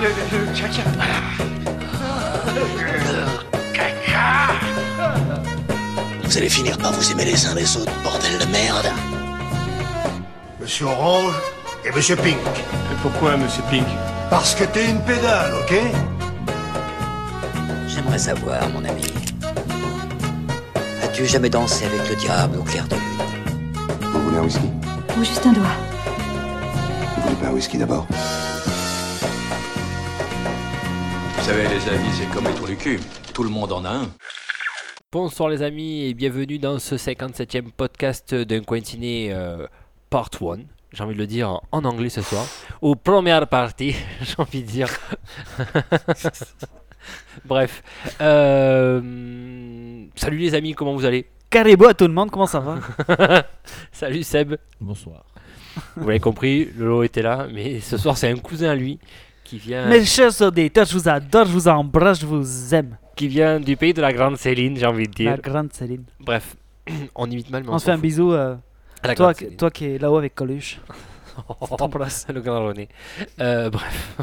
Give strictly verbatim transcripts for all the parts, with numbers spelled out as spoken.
le, le, le caca. Le caca. Vous allez finir par vous aimer les uns les autres, bordel de merde. Monsieur Orange et Monsieur Pink. Et pourquoi, Monsieur Pink? Parce que t'es une pédale, ok? J'aimerais savoir, mon ami. As-tu jamais dansé avec le diable au clair de lune? Vous voulez un whisky? Ou juste un doigt. Vous voulez pas un whisky d'abord? Vous savez, les amis, c'est comme les trous du cul. Tout le monde en a un. Bonsoir les amis et bienvenue dans ce cinquante-septième podcast d'un coin ciné euh, part un. J'ai envie de le dire en anglais ce soir. Ou première partie, j'ai envie de dire. Bref. Euh, salut les amis, comment vous allez? Carré-beau à tout le monde, comment ça va? Salut Seb. Bonsoir. Vous l'avez compris, Lolo était là, mais ce soir c'est un cousin à lui qui vient... Mes chers auditeurs, je vous adore, je vous embrasse, je vous aime. Qui vient du pays de la grande Céline, j'ai envie de dire. La grande Céline. Bref, on imite mal, mais on, on se fait un fout. bisou euh, À la toi, grande qui- Céline. toi qui es là-haut avec Coluche. Oh, t'embrasse le grand René. Euh, bref.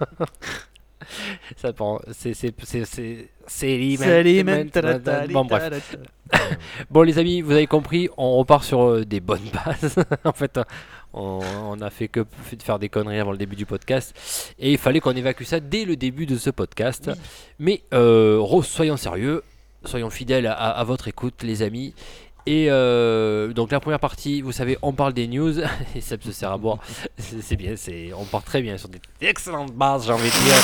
Ça prend. C'est. C'est. C'est. C'est. C'est. Salut, Bon, bref. Bon, les amis, vous avez compris, on repart sur euh, des bonnes bases. En fait, on, on a fait que f- faire des conneries avant le début du podcast. Et il fallait qu'on évacue ça dès le début de ce podcast. Oui. Mais, euh, Rose, soyons sérieux. Soyons fidèles à, à votre écoute, les amis. Et euh, donc la première partie, vous savez, on parle des news et Seb se sert à boire. C'est, c'est bien, c'est, on part très bien sur des excellentes bases, j'ai envie de dire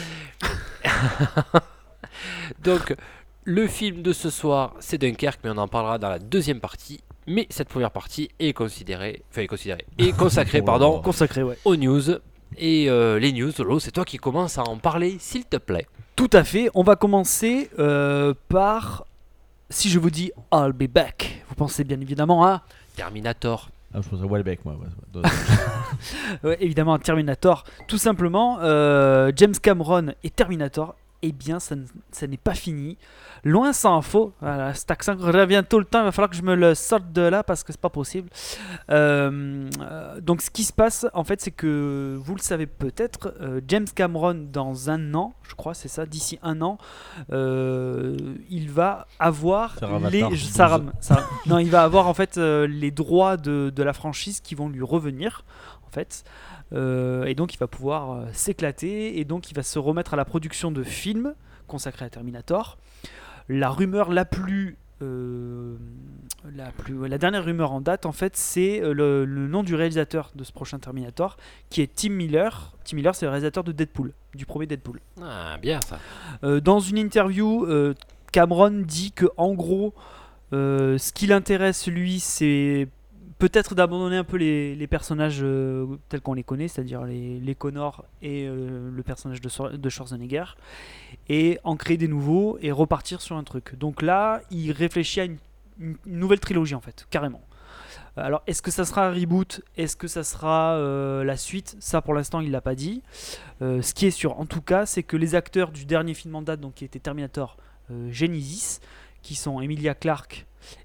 là. Donc le film de ce soir, c'est Dunkerque, mais on en parlera dans la deuxième partie. Mais cette première partie est considérée, enfin est considérée, est consacrée, pardon, Consacré, ouais. aux news. Et euh, les news, Lolo, c'est toi qui commences à en parler, s'il te plaît. Tout à fait, on va commencer euh, par... Si je vous dis I'll be back, vous pensez bien évidemment à... Terminator. Ah, je pense à Welbeck, moi. Ouais, ouais. Ouais, évidemment à Terminator. Tout simplement, euh, James Cameron et Terminator, eh bien ça, n- ça n'est pas fini. Loin s'en faut. Voilà, cet accent revient tout le temps, il va falloir que je me le sorte de là parce que c'est pas possible. Euh, euh, donc ce qui se passe en fait, c'est que vous le savez peut-être, euh, James Cameron dans un an, je crois c'est ça, d'ici un an, euh, il va avoir Faire Avatar les... douze. Saram, Saram. Non, il va avoir en fait euh, les droits de, de la franchise qui vont lui revenir en fait. Euh, et donc il va pouvoir euh, s'éclater et donc il va se remettre à la production de films consacrés à Terminator. La rumeur la plus, euh, la plus, la dernière rumeur en date en fait, c'est euh, le, le nom du réalisateur de ce prochain Terminator, qui est Tim Miller. Tim Miller, c'est le réalisateur de Deadpool, du premier Deadpool. Ah, bien ça. Euh, dans une interview, euh, Cameron dit que en gros, euh, ce qui l'intéresse lui, c'est peut-être d'abandonner un peu les, les personnages euh, tels qu'on les connaît, c'est-à-dire les, les Connors et euh, le personnage de, Sor- de Schwarzenegger, et en créer des nouveaux et repartir sur un truc. Donc là, il réfléchit à une, une nouvelle trilogie en fait, carrément. Alors, est-ce que ça sera un reboot? Est-ce que ça sera euh, la suite? Ça, pour l'instant, il l'a pas dit. Euh, ce qui est sûr, en tout cas, c'est que les acteurs du dernier film en date, donc qui était Terminator euh, Genesis, qui sont Emilia Clarke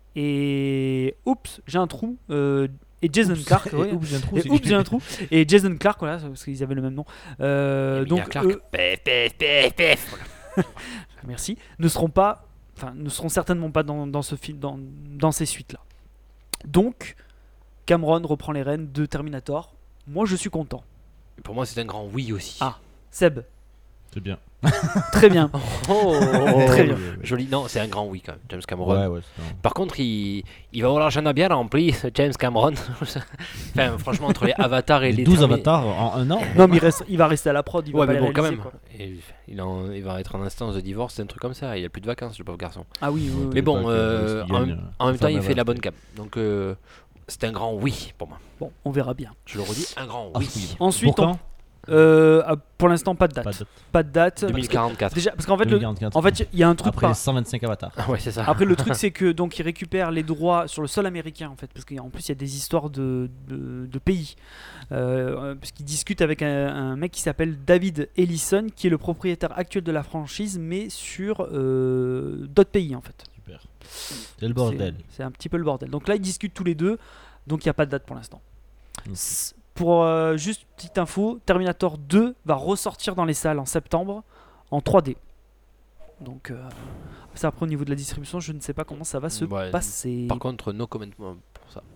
et oups, j'ai un trou. euh, et Jason Oups. Clarke. Et ouais. oups, j'ai un trou, Et c'est- oups, j'ai un trou. Et Jason Clarke, voilà, parce qu'ils avaient le même nom. Euh, Emilia donc, Clarke. eux, Pef, pef, pef, pef. merci, ne seront pas, enfin, ne seront certainement pas dans, dans ce film, dans, dans ces suites-là. Donc, Cameron reprend les rênes de Terminator. Moi, je suis content. Pour moi, c'est un grand oui aussi. Ah. Seb, C'est bien. très bien. Oh, Très bien. Ouais, ouais, ouais. Joli. Non, c'est un grand oui quand même, James Cameron. Ouais, ouais, c'est un- Par contre, il, il va avoir l'argent bien rempli, ce James Cameron. Enfin, franchement, entre les avatars et les. Les douze Termi- avatars en un an. Non, mais il, reste, il va rester à la prod. Il va Ouais, pas mais les bon, quand réaliser, même. quoi. Et il, en- il va être en instance de divorce, c'est un truc comme ça. Il a plus de vacances, le pauvre garçon. Ah oui, oui, oui. Mais bon, pas que- euh, parce qu'il en, gagne, même- euh, en même temps, femme il fait la avale. bonne cam. Donc, euh, c'est un grand oui pour moi. Bon, on verra bien. Je le redis, un grand Ah, oui. oui. Ensuite, Pour on- quand euh, ah, pour l'instant, pas de date. Pas de- Pas de date. deux mille parce que- quarante-quatre. Déjà, parce qu'en fait, deux le, mille quarante-quatre. en fait, il y a un truc Après pas. les cent vingt-cinq avatars. Ah ouais, c'est ça. Après, le truc, c'est que donc il récupère les droits sur le sol américain en fait, parce qu'en plus il y a des histoires de, de, de pays. Euh, parce qu'il discute avec un, un mec qui s'appelle David Ellison, qui est le propriétaire actuel de la franchise, mais sur euh, d'autres pays en fait. Super. C'est le bordel. C'est, c'est un petit peu le bordel. Donc là, ils discutent tous les deux, donc il n'y a pas de date pour l'instant. Ok. S- pour euh, juste petite info, Terminator deux va ressortir dans les salles en septembre en trois D. Donc euh, ça après au niveau de la distribution, je ne sais pas comment ça va se Ouais, passer. Par contre, no comment pour ça.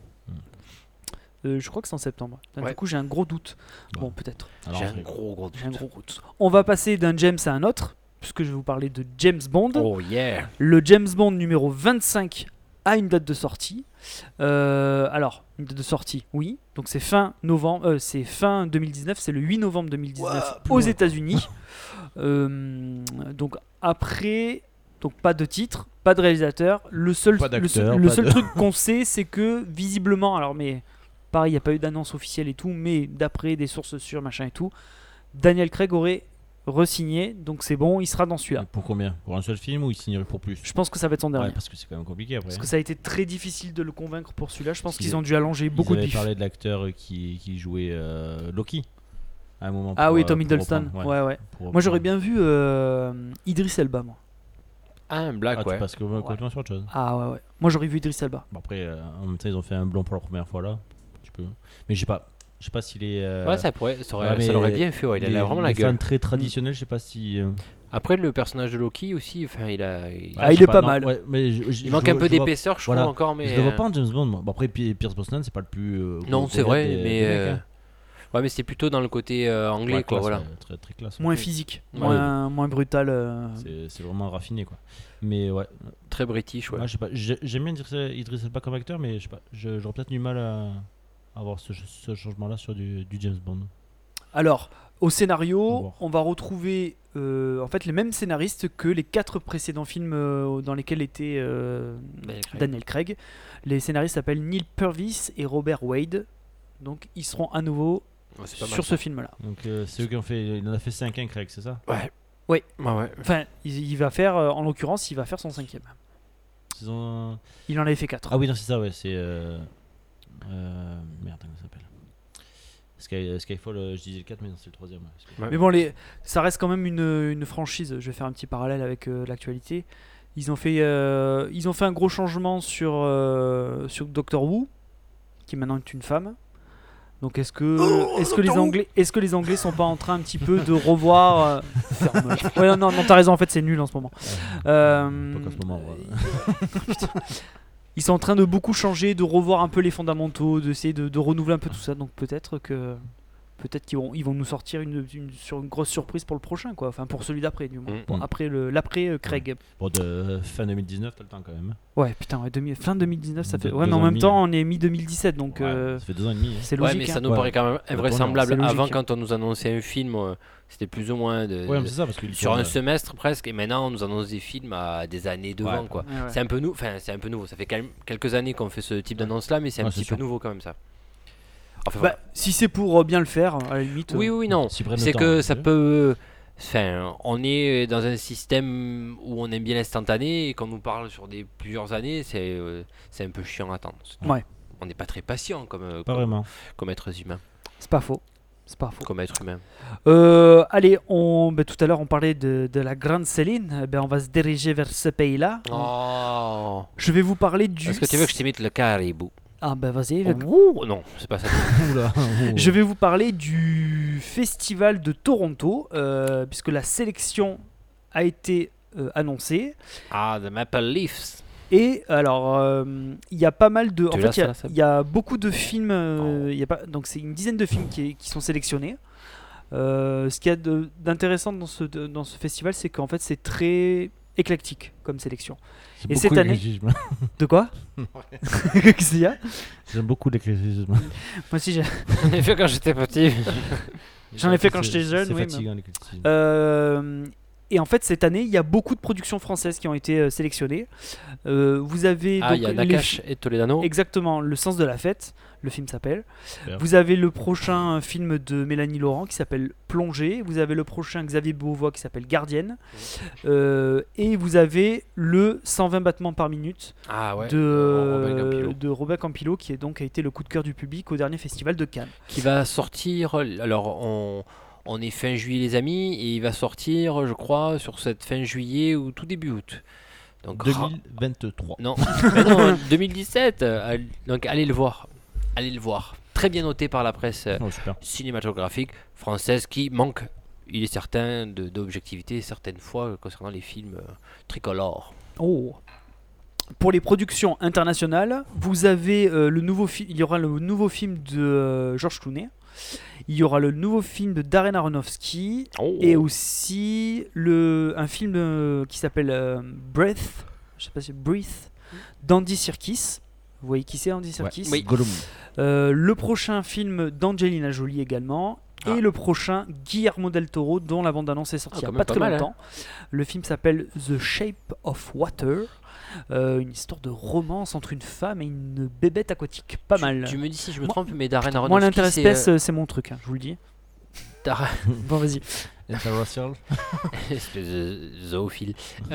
Euh, je crois que c'est en septembre. Du Ouais. coup, j'ai un gros doute. Ouais. Bon, peut-être. Alors, J'ai un c'est- gros gros J'ai un doute. gros doute. On va passer d'un James à un autre, puisque je vais vous parler de James Bond. Oh yeah. Le James Bond numéro vingt-cinq a une date de sortie. Euh, alors, une date de sortie, oui. Donc c'est fin novembre, euh, c'est fin deux mille dix-neuf, c'est le huit novembre deux mille dix-neuf Ouah, plus aux loin. États-Unis. Euh, donc après, donc pas de titre, pas de réalisateur. Le seul, Pas le seul, d'acteur, le pas seul de- truc qu'on sait, c'est que visiblement, alors mais pareil, il n'y a pas eu d'annonce officielle et tout, mais d'après des sources sûres, machin et tout, Daniel Craig aurait re-signé, donc c'est bon, il sera dans celui-là. Pour combien? Pour un seul film ou il signerait pour plus? Je pense que ça va être son dernier. Ouais, parce que c'est quand même compliqué après. Parce que ça a été très difficile de le convaincre pour celui-là. Je pense Parce qu'ils qu'ils ont dû allonger beaucoup Ils de avaient bif. parlé de l'acteur qui, qui jouait euh, Loki à un moment. Ah pour, oui, euh, Tom pour Hiddleston. reprendre, Ouais, ouais. pour Moi, j'aurais reprendre. bien vu euh, Idris Elba, moi. Ah, un black, Ah, tu ouais. passes complètement sur autre chose. Ah ouais, ouais. Moi, j'aurais vu Idris Elba. Bon, après, euh, en même temps, ils ont fait un blond pour la première fois là. Tu peux. Mais je sais pas. Je sais pas s'il est. euh, Ouais, ça pourrait, ça aurait, ouais, mais ça l'aurait bien fait. Ouais, il a les- la- vraiment les la gueule. fans très traditionnels, je sais pas si. euh, Après, le personnage de Loki aussi, enfin, il a. Il, Ah, ouais, il je sais est pas non, mal. ouais, mais je- je- il je manque vois- un peu je vois- d'épaisseur, je voilà. trouve encore, mais. Je le vois euh, pas en James Bond. Moi. Bon, après, Pi- Pierce Brosnan, c'est pas le plus. euh, Non, gros c'est gros vrai, des- mais. des mecs, euh, hein. Ouais, mais c'est plutôt dans le côté euh, anglais, Ouais, quoi. classe, Voilà. ouais, très, très classe. Moins Ouais. physique. Ouais. Moins, moins brutal. euh. C'est c'est vraiment raffiné quoi. Mais ouais, Très british, ouais. moi, je sais pas. j'ai- J'aime bien Idris Idris Elba comme acteur, mais je sais pas. je- J'aurais peut-être du mal à à avoir ce, ce changement-là sur du, du James Bond. Alors, au Au scénario, revoir. on va retrouver euh, en fait les mêmes scénaristes que les quatre précédents films euh, dans lesquels était euh, Daniel Craig. Daniel Craig. Les scénaristes s'appellent Neil Purvis et Robert Wade. Donc, ils seront à nouveau Ouais, c'est pas mal, sur ça. ce film-là. Donc euh, c'est eux qui ont fait. Il en a fait cinq, hein, Craig, c'est ça? Ouais. Ouais. Ouais, ouais. Enfin, il, il va faire, euh, en l'occurrence, il va faire son cinquième. Ils ont- Il en avait fait quatre. Ah oui, non, c'est ça, ouais. C'est. Euh... euh, Merde, comment ça s'appelle? Sky, Skyfall, euh, je disais le quatre, mais non, c'est le troisième. Ouais. Skyfall. Ouais. Mais bon, les, ça reste quand même une, une franchise. Je vais faire un petit parallèle avec euh, l'actualité. Ils ont fait, euh, ils ont fait un gros changement sur euh, sur Doctor Who, qui maintenant est une femme. Donc est-ce que Oh, est-ce que les Doctor Who. Anglais est-ce que les Anglais sont pas en train un petit peu de revoir euh, ferme. Ouais, non, non, t'as raison. En fait, c'est nul en ce moment. Euh, Pas qu'en ce moment, ouais. Ils sont en train de beaucoup changer, de revoir un peu les fondamentaux, d'essayer de, de renouveler un peu tout ça. Donc peut-être que peut-être qu'ils vont, ils vont nous sortir une, une, sur une grosse surprise pour le prochain, quoi. Enfin pour celui d'après, du moins. Mm. Pour après le l'après euh, Craig. Bon, de euh, fin deux mille dix-neuf, t'as le temps quand même. Ouais, putain, ouais, demi- fin deux mille dix-neuf, ça fait. Deux- Ouais, deux mais en ans et même demi, temps, hein. on est mi deux mille dix-sept, donc Ouais, euh, ça fait deux ans et demi. hein. c'est Ouais, logique. mais ça hein. nous Ouais. paraît quand même C'est invraisemblable. logique, Avant, hein. quand on nous annonçait un film, euh, c'était plus ou moins de, Ouais, mais c'est ça, parce que sur un semestre presque, et maintenant on nous annonce des films à des années devant, Ouais. quoi. Ouais, ouais. C'est un peu nou- enfin c'est un peu nouveau. Ça fait quand même quelques années qu'on fait ce type d'annonce là, mais c'est un Ouais, petit c'est peu sûr. nouveau quand même ça. Enfin, Bah, si c'est pour euh, bien le faire, à la limite. oui, euh, oui, oui, non. S'ils prennent le C'est temps, que hein, ça tu peut. Enfin, on est dans un système où on aime bien l'instantané et qu'on nous parle sur des plusieurs années, c'est euh, c'est un peu chiant à attendre. Ouais. On n'est pas très patient comme, euh, Pas comme, vraiment. comme êtres humains. C'est pas faux. C'est pas faux. Comme être humain. Euh, allez, on, bah, tout à l'heure on parlait de, de la grande Céline. Eh ben, on va se diriger vers ce pays-là. Oh. Je vais vous parler du. Est-ce que tu veux que je t'imite le caribou? Ah bah vas-y. le- Ouh, non, c'est pas ça. Oula. Je vais vous parler du festival de Toronto, euh, puisque la sélection a été euh, annoncée. Ah, The Maple Leafs. Et alors, euh, il y a pas mal de. En Tu fait, l'as, il y a- ça, Seb il y, a beaucoup de films. euh, Oh. il y a pas, donc, c'est une dizaine de films qui, qui sont sélectionnés. Euh, ce qu'il y a de- d'intéressant dans ce, de- dans ce festival, c'est qu'en fait, c'est très éclectique comme sélection. C'est Et beaucoup cette année- l'éclectisme. De quoi Qu'est-ce qu'il y a J'aime beaucoup l'éclectisme. Moi aussi, j'ai. J'en ai fait quand j'étais petit. J'en ai fait quand C'est- j'étais jeune, C'est oui, mais- fatigant l'éclectisme. Euh, et en fait, cette année, il y a beaucoup de productions françaises qui ont été euh, sélectionnées. Euh, vous avez Ah, donc il y a les Nakash et Toledano. Exactement, Le sens de la fête, le film s'appelle. Super. Vous avez le prochain film de Mélanie Laurent qui s'appelle Plongée. Vous avez le prochain Xavier Beauvois qui s'appelle Gardienne. Euh, et vous avez le cent vingt battements par minute Ah ouais. de, Robin Campillo. de Robin Campillo, qui est donc a été le coup de cœur du public au dernier festival de Cannes. Qui va sortir. Alors, on, on est fin juillet, les amis, et il va sortir, je crois, sur cette fin juillet ou tout début août. Donc, deux mille vingt-trois. Non, mais non, deux mille dix-sept. euh, Donc allez le voir. Allez le voir. très bien noté par la presse euh, Oh, super. cinématographique française qui manque, il est certain, de- d'objectivité certaines fois euh, concernant les films euh, tricolores. Oh. Pour les productions internationales, vous avez euh, le nouveau fi- il y aura le nouveau film de euh, George Clooney. Il y aura le nouveau film de Darren Aronofsky Oh. et aussi le, un film euh, qui s'appelle euh, Breath, je sais pas si Breath, d'Andy Serkis. Vous voyez qui c'est Andy Serkis? Oui. Gollum. Euh, le prochain film d'Angelina Jolie également. Ah. Et le prochain Guillermo del Toro, dont la bande-annonce est sortie Ah, il quand n'y a même pas pas très mal, longtemps. Le film s'appelle The Shape of Water. Euh, une histoire de romance entre une femme et une bébête aquatique. Pas Tu- mal. Tu me dis si je me Moi- trompe, mais Darren Aronofsky, Moi, c'est, l'interespèce, euh, euh, c'est mon truc, hein, je vous le dis. Darren- Bon, vas-y. Interracial. espèce de zoophile.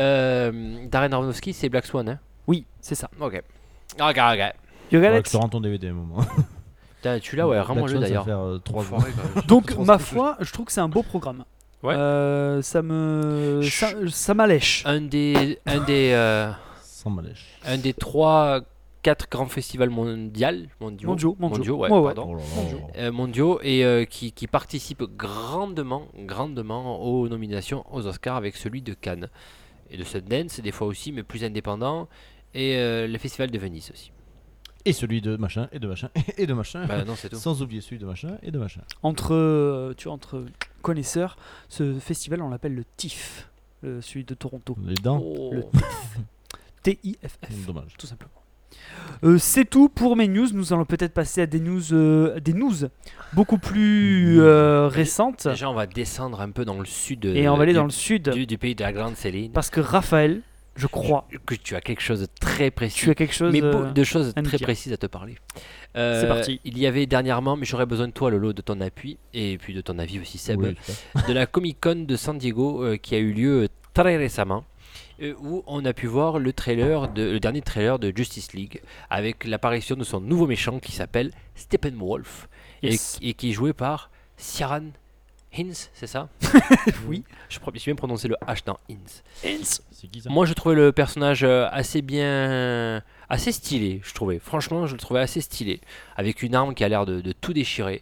Euh, Darren Aronofsky, c'est Black Swan, hein? Oui, c'est ça. Ok. Ok, ok. You got Ouais, it que tu rends ton D V D à un moment. Putain, tu l'as, ouais, Black rends-moi-le Swan, ça d'ailleurs. va faire, euh, trois jours. Enfoiré, quand même. Donc, Trop ma trop foi, je trouve que c'est un beau programme. Ouais. Euh, ça me. Je- Ça, ça m'allèche. Un des, un des, euh, Sans malèche. un des trois, quatre grands festivals mondiaux, mondiaux, Mondiaux, mondiaux. ouais, Ouais, ouais. pardon. Oh là là. Euh, mondiaux et euh, qui, qui participent grandement, grandement aux nominations aux Oscars avec celui de Cannes et de Sundance des fois aussi, mais plus indépendant, et euh, le festival de Venise aussi. Et celui de machin, et de machin, et de machin. Bah non, c'est tout. Sans oublier celui de machin, et de machin. Entre, euh, tu vois, entre connaisseurs, ce festival, on l'appelle le T I F, euh, celui de Toronto. Les dents. Oh. Le T I F. T I F F. Dommage. Tout simplement. Euh, c'est tout pour mes news. Nous allons peut-être passer à des news, euh, des news beaucoup plus euh, récentes. Déjà, on va descendre un peu dans le sud. Et on va aller du, dans le sud. du, du pays de la Grande Céline. Parce que Raphaël, je crois, Que tu as quelque chose de très précis. tu as quelque chose. mais euh, beaucoup de choses à nous très dire. précises à te parler. Euh, C'est parti. Il y avait dernièrement, mais j'aurais besoin de toi, Lolo, de ton appui et puis de ton avis aussi, Seb, Oui, super. de la Comic Con de San Diego euh, qui a eu lieu euh, très récemment, euh, où on a pu voir le trailer, de, le dernier trailer de Justice League, avec l'apparition de son nouveau méchant qui s'appelle Steppenwolf Yes. et, et qui est joué par Ciaran Hinds, c'est ça? Oui. Je crois que j'ai bien prononcé le H dans Hinds. C'est qui ça? Moi, je trouvais le personnage euh, assez bien, assez stylé. Je trouvais, franchement, je le trouvais assez stylé, avec une arme qui a l'air de, de tout déchirer.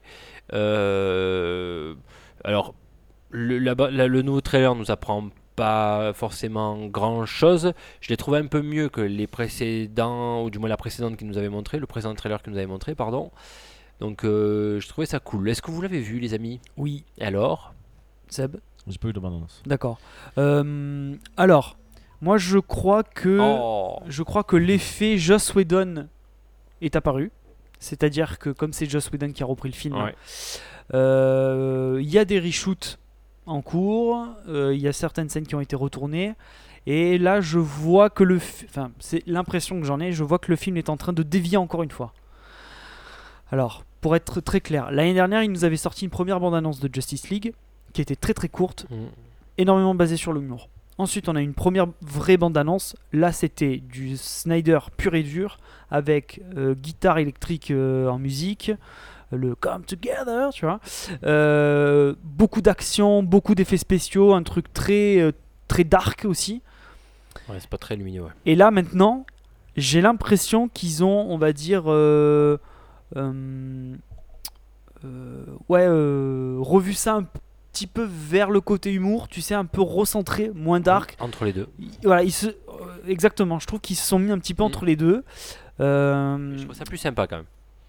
Euh, alors, le, la- la- le nouveau trailer nous apprend pas forcément grand chose. Je l'ai trouvé un peu mieux que les précédents, ou du moins la précédente qui nous avait montré, le précédent trailer qui nous avait montré, pardon. Donc, euh, je trouvais ça cool. Est-ce que vous l'avez vu, les amis? Oui, Et alors? Seb. J'ai pas eu de bande-annonce. D'accord. Euh, alors, moi, je crois que. Oh. Je crois que l'effet Joss Whedon est apparu. C'est-à-dire que comme c'est Joss Whedon qui a repris le film, Ouais. euh, il y a des reshoots en cours, euh, il y a certaines scènes qui ont été retournées, et là je vois que le... fi- Enfin, c'est l'impression que j'en ai, je vois que le film est en train de dévier encore une fois. Alors, pour être très clair, l'année dernière, il nous avait sorti une première bande-annonce de Justice League, qui était très très courte, Mm. énormément basée sur l'humour. Ensuite, on a une première vraie bande-annonce. Là, c'était du Snyder pur et dur, avec euh, guitare électrique euh, en musique, le Come Together, tu vois. Euh, beaucoup d'action, beaucoup d'effets spéciaux, un truc très, euh, très dark aussi. Ouais, c'est pas très lumineux, ouais. Et là, maintenant, j'ai l'impression qu'ils ont, on va dire, euh, euh, euh, ouais, euh, revu ça un petit peu vers le côté humour, tu sais, un peu recentré, moins dark. Entre les deux. Ils- Voilà, ils se, euh, exactement. Je trouve qu'ils se sont mis un petit peu Mm. entre les deux. Euh, Je trouve ça plus sympa quand même.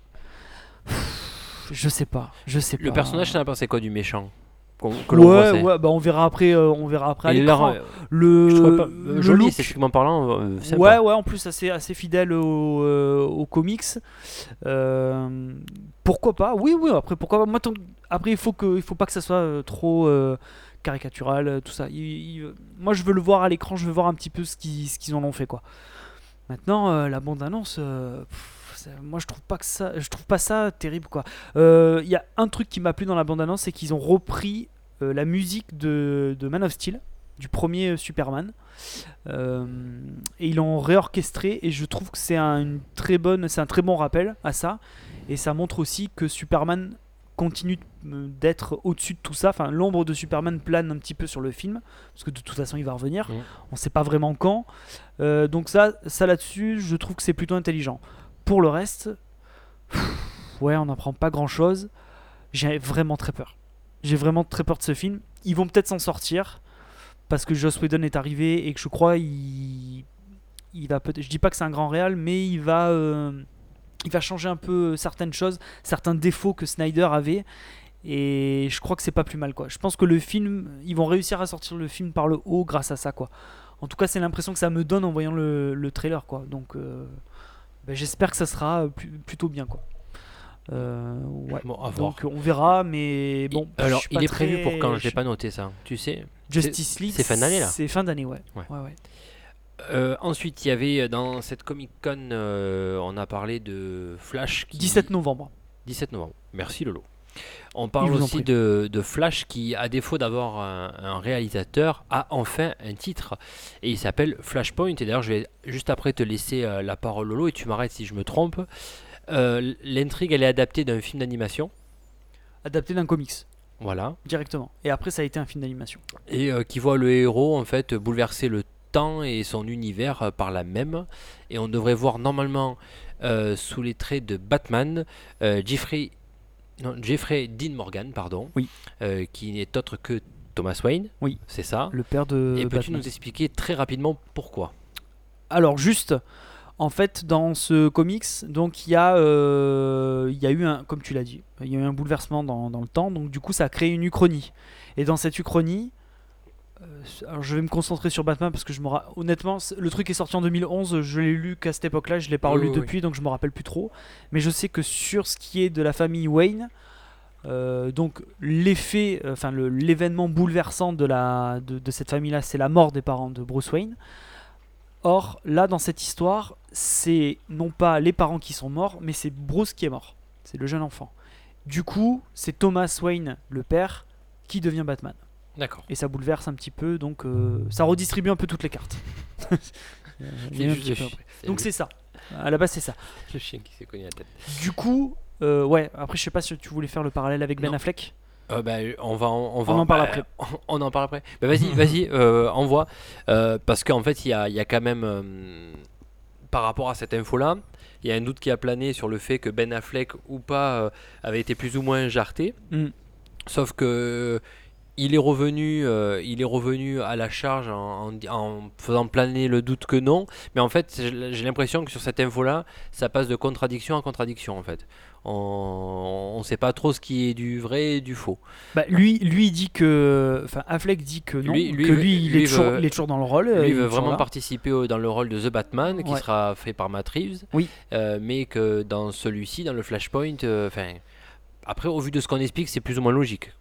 je sais pas, je sais pas. Le personnage, t'en as pensé quoi du méchant qu'on- que l'on voit, Ouais, c'est- ouais, bah on verra après. euh, on verra après à Il a l'écran. l'air, euh, Le, je trouvais pas euh, le joli, look- esthétiquement parlant, euh, sympa. Ouais, ouais, en plus assez, assez fidèle au, euh, aux comics. Euh, pourquoi pas? Oui, oui, après, pourquoi pas? Moi, tant- après, il faut, que, il faut pas que ça soit euh, trop euh, caricatural, euh, tout ça. Il- il- moi, je veux le voir à l'écran, je veux voir un petit peu ce qu'ils, ce qu'ils en ont fait, quoi. Maintenant, euh, la bande-annonce, euh, pff, c'est- moi, je trouve pas que ça, je trouve pas ça terrible, quoi. Euh, Il y a un truc qui m'a plu dans la bande-annonce, c'est qu'ils ont repris euh, la musique de, de Man of Steel, du premier euh, Superman. Euh, et ils l'ont réorchestré et je trouve que c'est un, une très bonne, c'est un très bon rappel à ça, et ça montre aussi que Superman continue de- d'être au-dessus de tout ça, enfin l'ombre de Superman plane un petit peu sur le film parce que de toute façon il va revenir, Mhm. on sait pas vraiment quand. Euh, donc ça, ça là-dessus je trouve que c'est plutôt intelligent. Pour le reste, pff, ouais, on n'apprend pas grand-chose. J'ai vraiment très peur. J'ai vraiment très peur de ce film. Ils vont peut-être s'en sortir parce que Joss Whedon est arrivé et que je crois il, il va peut-être. Je dis pas que c'est un grand réal, mais il va, euh, il va changer un peu certaines choses, certains défauts que Snyder avait. Et je crois que c'est pas plus mal, quoi. Je pense que le film, ils vont réussir à sortir le film par le haut grâce à ça, quoi. En tout cas, c'est l'impression que ça me donne en voyant le, le trailer, quoi. Donc, euh, ben, j'espère que ça sera plus- plutôt bien, quoi. Euh, ouais. Bon, à voir. Donc on verra, mais bon. Il- alors, je suis il pas est prévu très- pour quand? Je je- l'ai pas noté ça. Tu sais Justice League. c'est fin d'année, là? C'est fin d'année, ouais. Ouais. Ouais, ouais. Euh, ensuite, il y avait dans cette Comic Con, euh, on a parlé de Flash. Qui... dix-sept novembre. dix-sept novembre. Merci Lolo. On Il parle vous en aussi prie. de, de Flash qui, à défaut d'avoir un, un réalisateur, a enfin un titre. Et il s'appelle Flashpoint. Et d'ailleurs, je vais juste après te laisser euh, la parole Lolo et tu m'arrêtes si je me trompe. Euh, L'intrigue, elle est adaptée d'un film d'animation. Adapté d'un comics, Voilà. directement. Et après, ça a été un film d'animation. Et euh, qui voit le héros en fait bouleverser le temps et son univers euh, par la même. Et on devrait voir normalement euh, sous les traits de Batman euh, Jeffrey, non, Jeffrey Dean Morgan, pardon, Oui. euh, qui n'est autre que Thomas Wayne. Oui. C'est ça. Le père de Et peux-tu Batman. nous expliquer très rapidement pourquoi? Alors juste, en fait, dans ce comics, donc il y a, euh, il y a eu un, comme tu l'as dit, il y a eu un bouleversement dans, dans le temps. Donc du coup, ça a créé une uchronie. Et dans cette uchronie, euh, alors je vais me concentrer sur Batman parce que je me ra- honnêtement, c'est- le truc est sorti en deux mille onze. Je l'ai lu qu'à cette époque-là, je l'ai pas Oui, relu oui, depuis, donc je me rappelle plus trop. Mais je sais que sur ce qui est de la famille Wayne. Euh, donc l'effet, euh, enfin le- l'événement bouleversant de, la, de, de cette famille-là, c'est la mort des parents de Bruce Wayne. Or, là, dans cette histoire, c'est non pas les parents qui sont morts, mais c'est Bruce qui est mort. C'est le jeune enfant. Du coup, c'est Thomas Wayne, le père, qui devient Batman. D'accord. Et ça bouleverse un petit peu, donc euh, ça redistribue un peu toutes les cartes. Euh, il y a un petit peu après. Donc c'est ça. À la base, c'est ça. le chien qui s'est cogné la tête. Du coup, euh, ouais, après, je sais pas si tu voulais faire le parallèle avec Ben Non. Affleck. Euh, bah, on va, en- on va On en parle bah, après. On, on en parle après. Bah, vas-y, vas-y, euh, envoie. Euh, parce qu'en fait, il y a, il y a quand même, euh, par rapport à cette info-là, il y a un doute qui a plané sur le fait que Ben Affleck ou pas euh, avait été plus ou moins jarté. Mm. Sauf que euh, il est revenu, euh, il est revenu à la charge en, en- en faisant planer le doute que non. Mais en fait, j'ai j'ai l'impression que sur cette info-là, ça passe de contradiction en contradiction en fait. On ne sait pas trop ce qui est du vrai et du faux. Bah, lui, lui il dit que, enfin Affleck dit que non, Lui- lui que veut- lui, il, lui est toujours, veut- il est toujours dans le rôle. euh, Lui il il veut est toujours vraiment là. participer au- dans le rôle de The Batman, qui Ouais. sera fait par Matt Reeves. Oui. Euh, mais que dans celui-ci, dans le Flashpoint, euh, enfin, après, au vu de ce qu'on explique, c'est plus ou moins logique.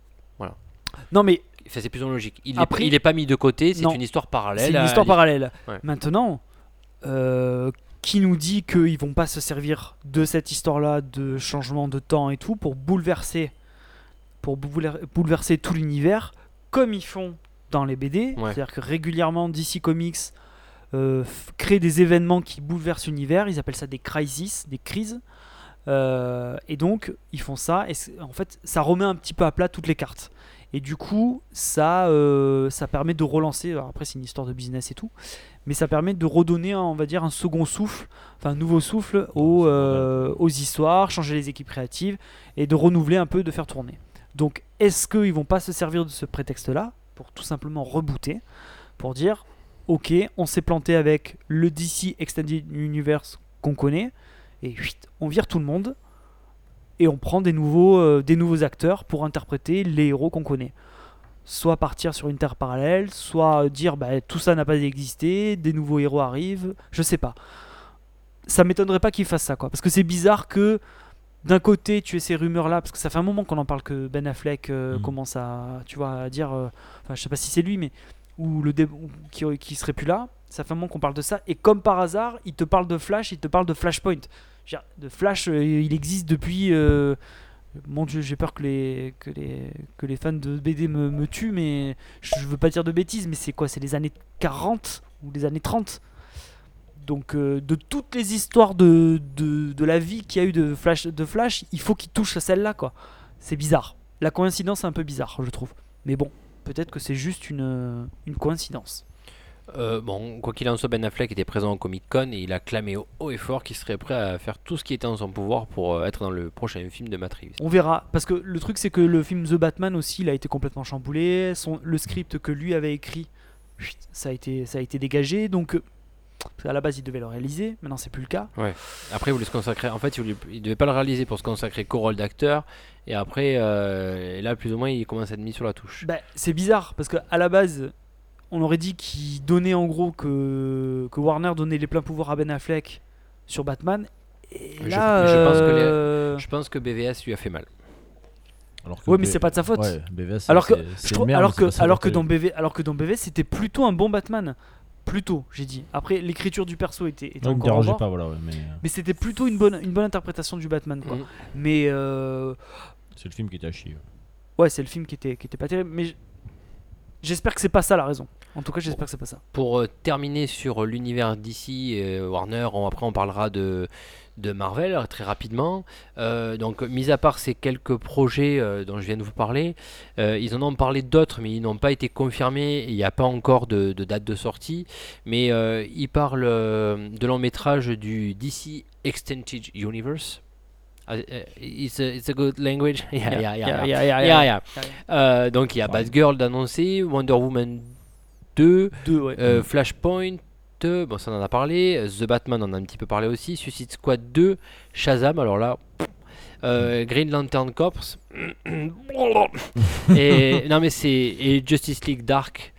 Non mais Enfin, c'est plus ou moins logique. Il Après- est, il est pas mis de côté, c'est Non. une histoire parallèle. c'est une à- histoire parallèle. Ouais. Maintenant, euh, qui nous dit qu'ils vont pas se servir de cette histoire-là de changement de temps et tout pour bouleverser, pour boulever- bouleverser tout l'univers comme ils font dans les B D. Ouais. C'est-à-dire que régulièrement D C Comics euh, f- crée des événements qui bouleversent l'univers. Ils appellent ça des crises, des crises. Euh, et donc ils font ça et c'est- en fait ça remet un petit peu à plat toutes les cartes. Et du coup, ça, euh, ça permet de relancer. Alors après, c'est une histoire de business et tout, mais ça permet de redonner, un- on va dire, un second souffle, enfin un nouveau souffle aux, euh, aux histoires, changer les équipes créatives et de renouveler un peu, de faire tourner. Donc, est-ce qu'ils vont pas se servir de ce prétexte-là pour tout simplement rebooter, pour dire, ok, on s'est planté avec le D C Extended Universe qu'on connaît et chuit, on vire tout le monde. Et on prend des nouveaux, euh, des nouveaux acteurs pour interpréter les héros qu'on connaît. Soit partir sur une terre parallèle, soit dire bah, tout ça n'a pas existé, des nouveaux héros arrivent, je sais pas. Ça m'étonnerait pas qu'ils fassent ça, quoi. Parce que c'est bizarre que d'un côté tu aies ces rumeurs là, parce que ça fait un moment qu'on en parle que Ben Affleck euh, Mhm. commence à, tu vois, à dire, euh, enfin je sais pas si c'est lui, mais ou le dé- ou qui, qui serait plus là. Ça fait un moment qu'on parle de ça, et comme par hasard, il te parle de Flash, il te parle de Flashpoint. Je veux dire, de Flash, euh, il existe depuis. euh, mon Dieu, j'ai peur que les, que les, que les fans de B D me, me tuent, mais je veux pas dire de bêtises, mais c'est quoi? C'est les années quarante ou les années trente. Donc, euh, de toutes les histoires de, de, de la vie qu'il y a eu de Flash, de Flash il faut qu'il touche à celle-là, quoi. C'est bizarre. La coïncidence est un peu bizarre, je trouve. Mais bon, peut-être que c'est juste une, une coïncidence. Euh, bon, quoi qu'il en soit, Ben Affleck était présent au Comic Con et il a clamé haut, haut et fort qu'il serait prêt à faire tout ce qui était en son pouvoir pour euh, être dans le prochain film de Matt Reeves. On verra, parce que le truc c'est que le film The Batman aussi, il a été complètement chamboulé. Son, le script que lui avait écrit, chut, ça a été, ça a été dégagé. Donc, euh, parce qu'à la base, il devait le réaliser. Maintenant, c'est plus le cas. Ouais. Après, il voulait se consacrer. En fait, il, voulait... il devait pas le réaliser pour se consacrer qu'au rôle d'acteur. Et après, euh... et là, plus ou moins, il commence à être mis sur la touche. Bah, c'est bizarre parce qu'à la base, on aurait dit qu'il donnait en gros que, que Warner donnait les pleins pouvoirs à Ben Affleck sur Batman. Et Je- là, je pense que les- euh, Je pense que B V S lui a fait mal. Alors que ouais, mais B- c'est pas de sa faute. Ouais, B V S, alors que, c'est- je c'est trouve- merde, alors c'est que, pas ça alors que leur dans B V, alors que dans B V, c'était plutôt un bon Batman. Plutôt, j'ai dit. Après, l'écriture du perso était, était Non, il me encore à dérangeait voir. pas, voilà, ouais, mais euh, Mais c'était plutôt une bonne, une bonne interprétation du Batman, quoi. Mhm. Mais euh, c'est le film qui était à chier. ouais, c'est le film qui était, qui était pas terrible. Mais j- j'espère que c'est pas ça la raison. En tout cas, j'espère que c'est pas ça. Pour euh, terminer sur euh, l'univers D C et euh, Warner, on- après on parlera de, de Marvel euh, très rapidement. Euh, donc, mis à part ces quelques projets euh, dont je viens de vous parler, euh, ils en ont parlé d'autres, mais ils n'ont pas été confirmés. et Il n'y a pas encore de, de date de sortie. Mais euh, ils parlent euh, de long métrage du D C Extended Universe. Ah, euh, it's, a, it's a good language. Yeah, yeah, yeah, yeah. yeah, yeah, yeah, Yeah, yeah. yeah. Euh, donc il y a Pardon. Batgirl d'annoncer, Wonder Woman deux, Deux, ouais. euh, Flashpoint, euh, bon ça on en a parlé, euh, The Batman on en a un petit peu parlé aussi, Suicide Squad deux, Shazam, alors là, pff, euh, Green Lantern Corps, et non mais c'est et Justice League Dark,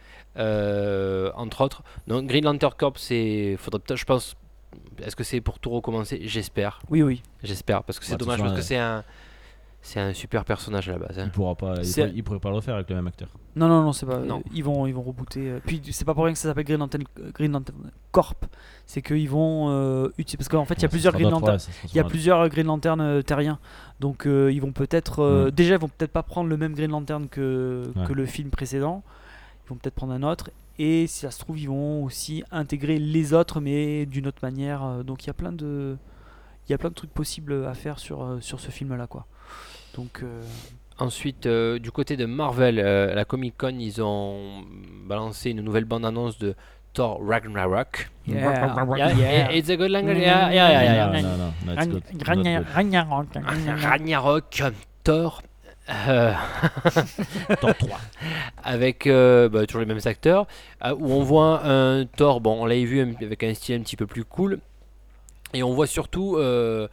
euh, entre autres. Donc Green Lantern Corps, c'est, faudrait peut-être, je pense, est-ce que c'est pour tout recommencer? J'espère, Oui, oui. j'espère, parce que c'est Bah, dommage, attention, parce que ouais. c'est un, c'est un super personnage à la base. hein. Il pourra pas, il C'est- pourrait, il pourrait pas le refaire avec le même acteur. Non, non, non, c'est pas. Non. euh, Ils vont, ils vont rebooter. euh, Puis c'est pas pour rien que ça s'appelle Green Lantern, Green Lantern Corp. C'est qu'ils vont euh, utiliser parce qu'en fait il y a Ouais, ça plusieurs sera Green d'autres, Lantern. ouais, ça sera Il y a sur un- plusieurs euh, Green Lantern euh, terriens. Donc euh, ils vont peut-être. euh, Mm. Déjà, ils vont peut-être pas prendre le même Green Lantern que, Ouais. que le film précédent. Ils vont peut-être prendre un autre. Et si ça se trouve, ils vont aussi intégrer les autres, mais d'une autre manière. euh, Donc il y a plein de. Il y a plein de trucs possibles à faire sur, euh, sur ce film-là, quoi. Donc. euh, Ensuite, euh, du côté de Marvel, euh, à la Comic Con, ils ont balancé une nouvelle bande-annonce de Thor Ragnarok. yeah. Yeah, Yeah. It's a good language. Yeah, yeah, yeah, yeah, yeah. Non, non, non, no, it's good. Not Ragnarok. good. Ragnarok, Thor. euh, Thor trois. avec euh, bah, toujours les mêmes acteurs, euh, où on voit un Thor, bon, on l'avait vu un- avec un style un petit peu plus cool, et on voit surtout euh,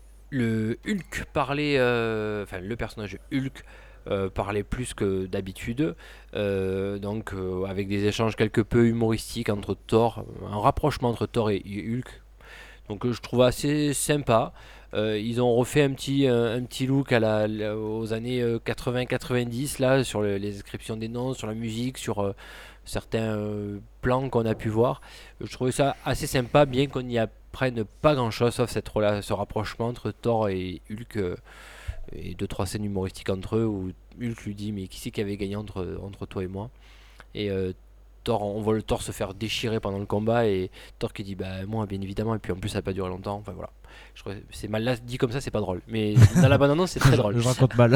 le Hulk parler, euh, enfin le personnage Hulk euh, parler plus que d'habitude, euh, donc euh, avec des échanges quelque peu humoristiques entre Thor, un rapprochement entre Thor et Hulk, donc euh, je trouve assez sympa. Euh, ils ont refait un petit, un, un petit look à la, la- aux années euh, quatre-vingts quatre-vingt-dix là, sur le- les inscriptions des noms, sur la musique, sur euh, certains euh, plans qu'on a pu voir. Euh, Je trouvais ça assez sympa, bien qu'on n'y apprenne pas grand chose sauf cette rela- ce rapprochement entre Thor et Hulk, euh, et deux trois scènes humoristiques entre eux où Hulk lui dit mais qui c'est qui avait gagné entre, entre toi et moi, et euh, Thor, on voit le Thor se faire déchirer pendant le combat et Thor qui dit bah moi bien évidemment, et puis en plus ça n'a pas duré longtemps, enfin voilà. Je trouve c'est mal là, dit comme ça c'est pas drôle, mais dans la bande-annonce c'est très drôle. Je raconte mal.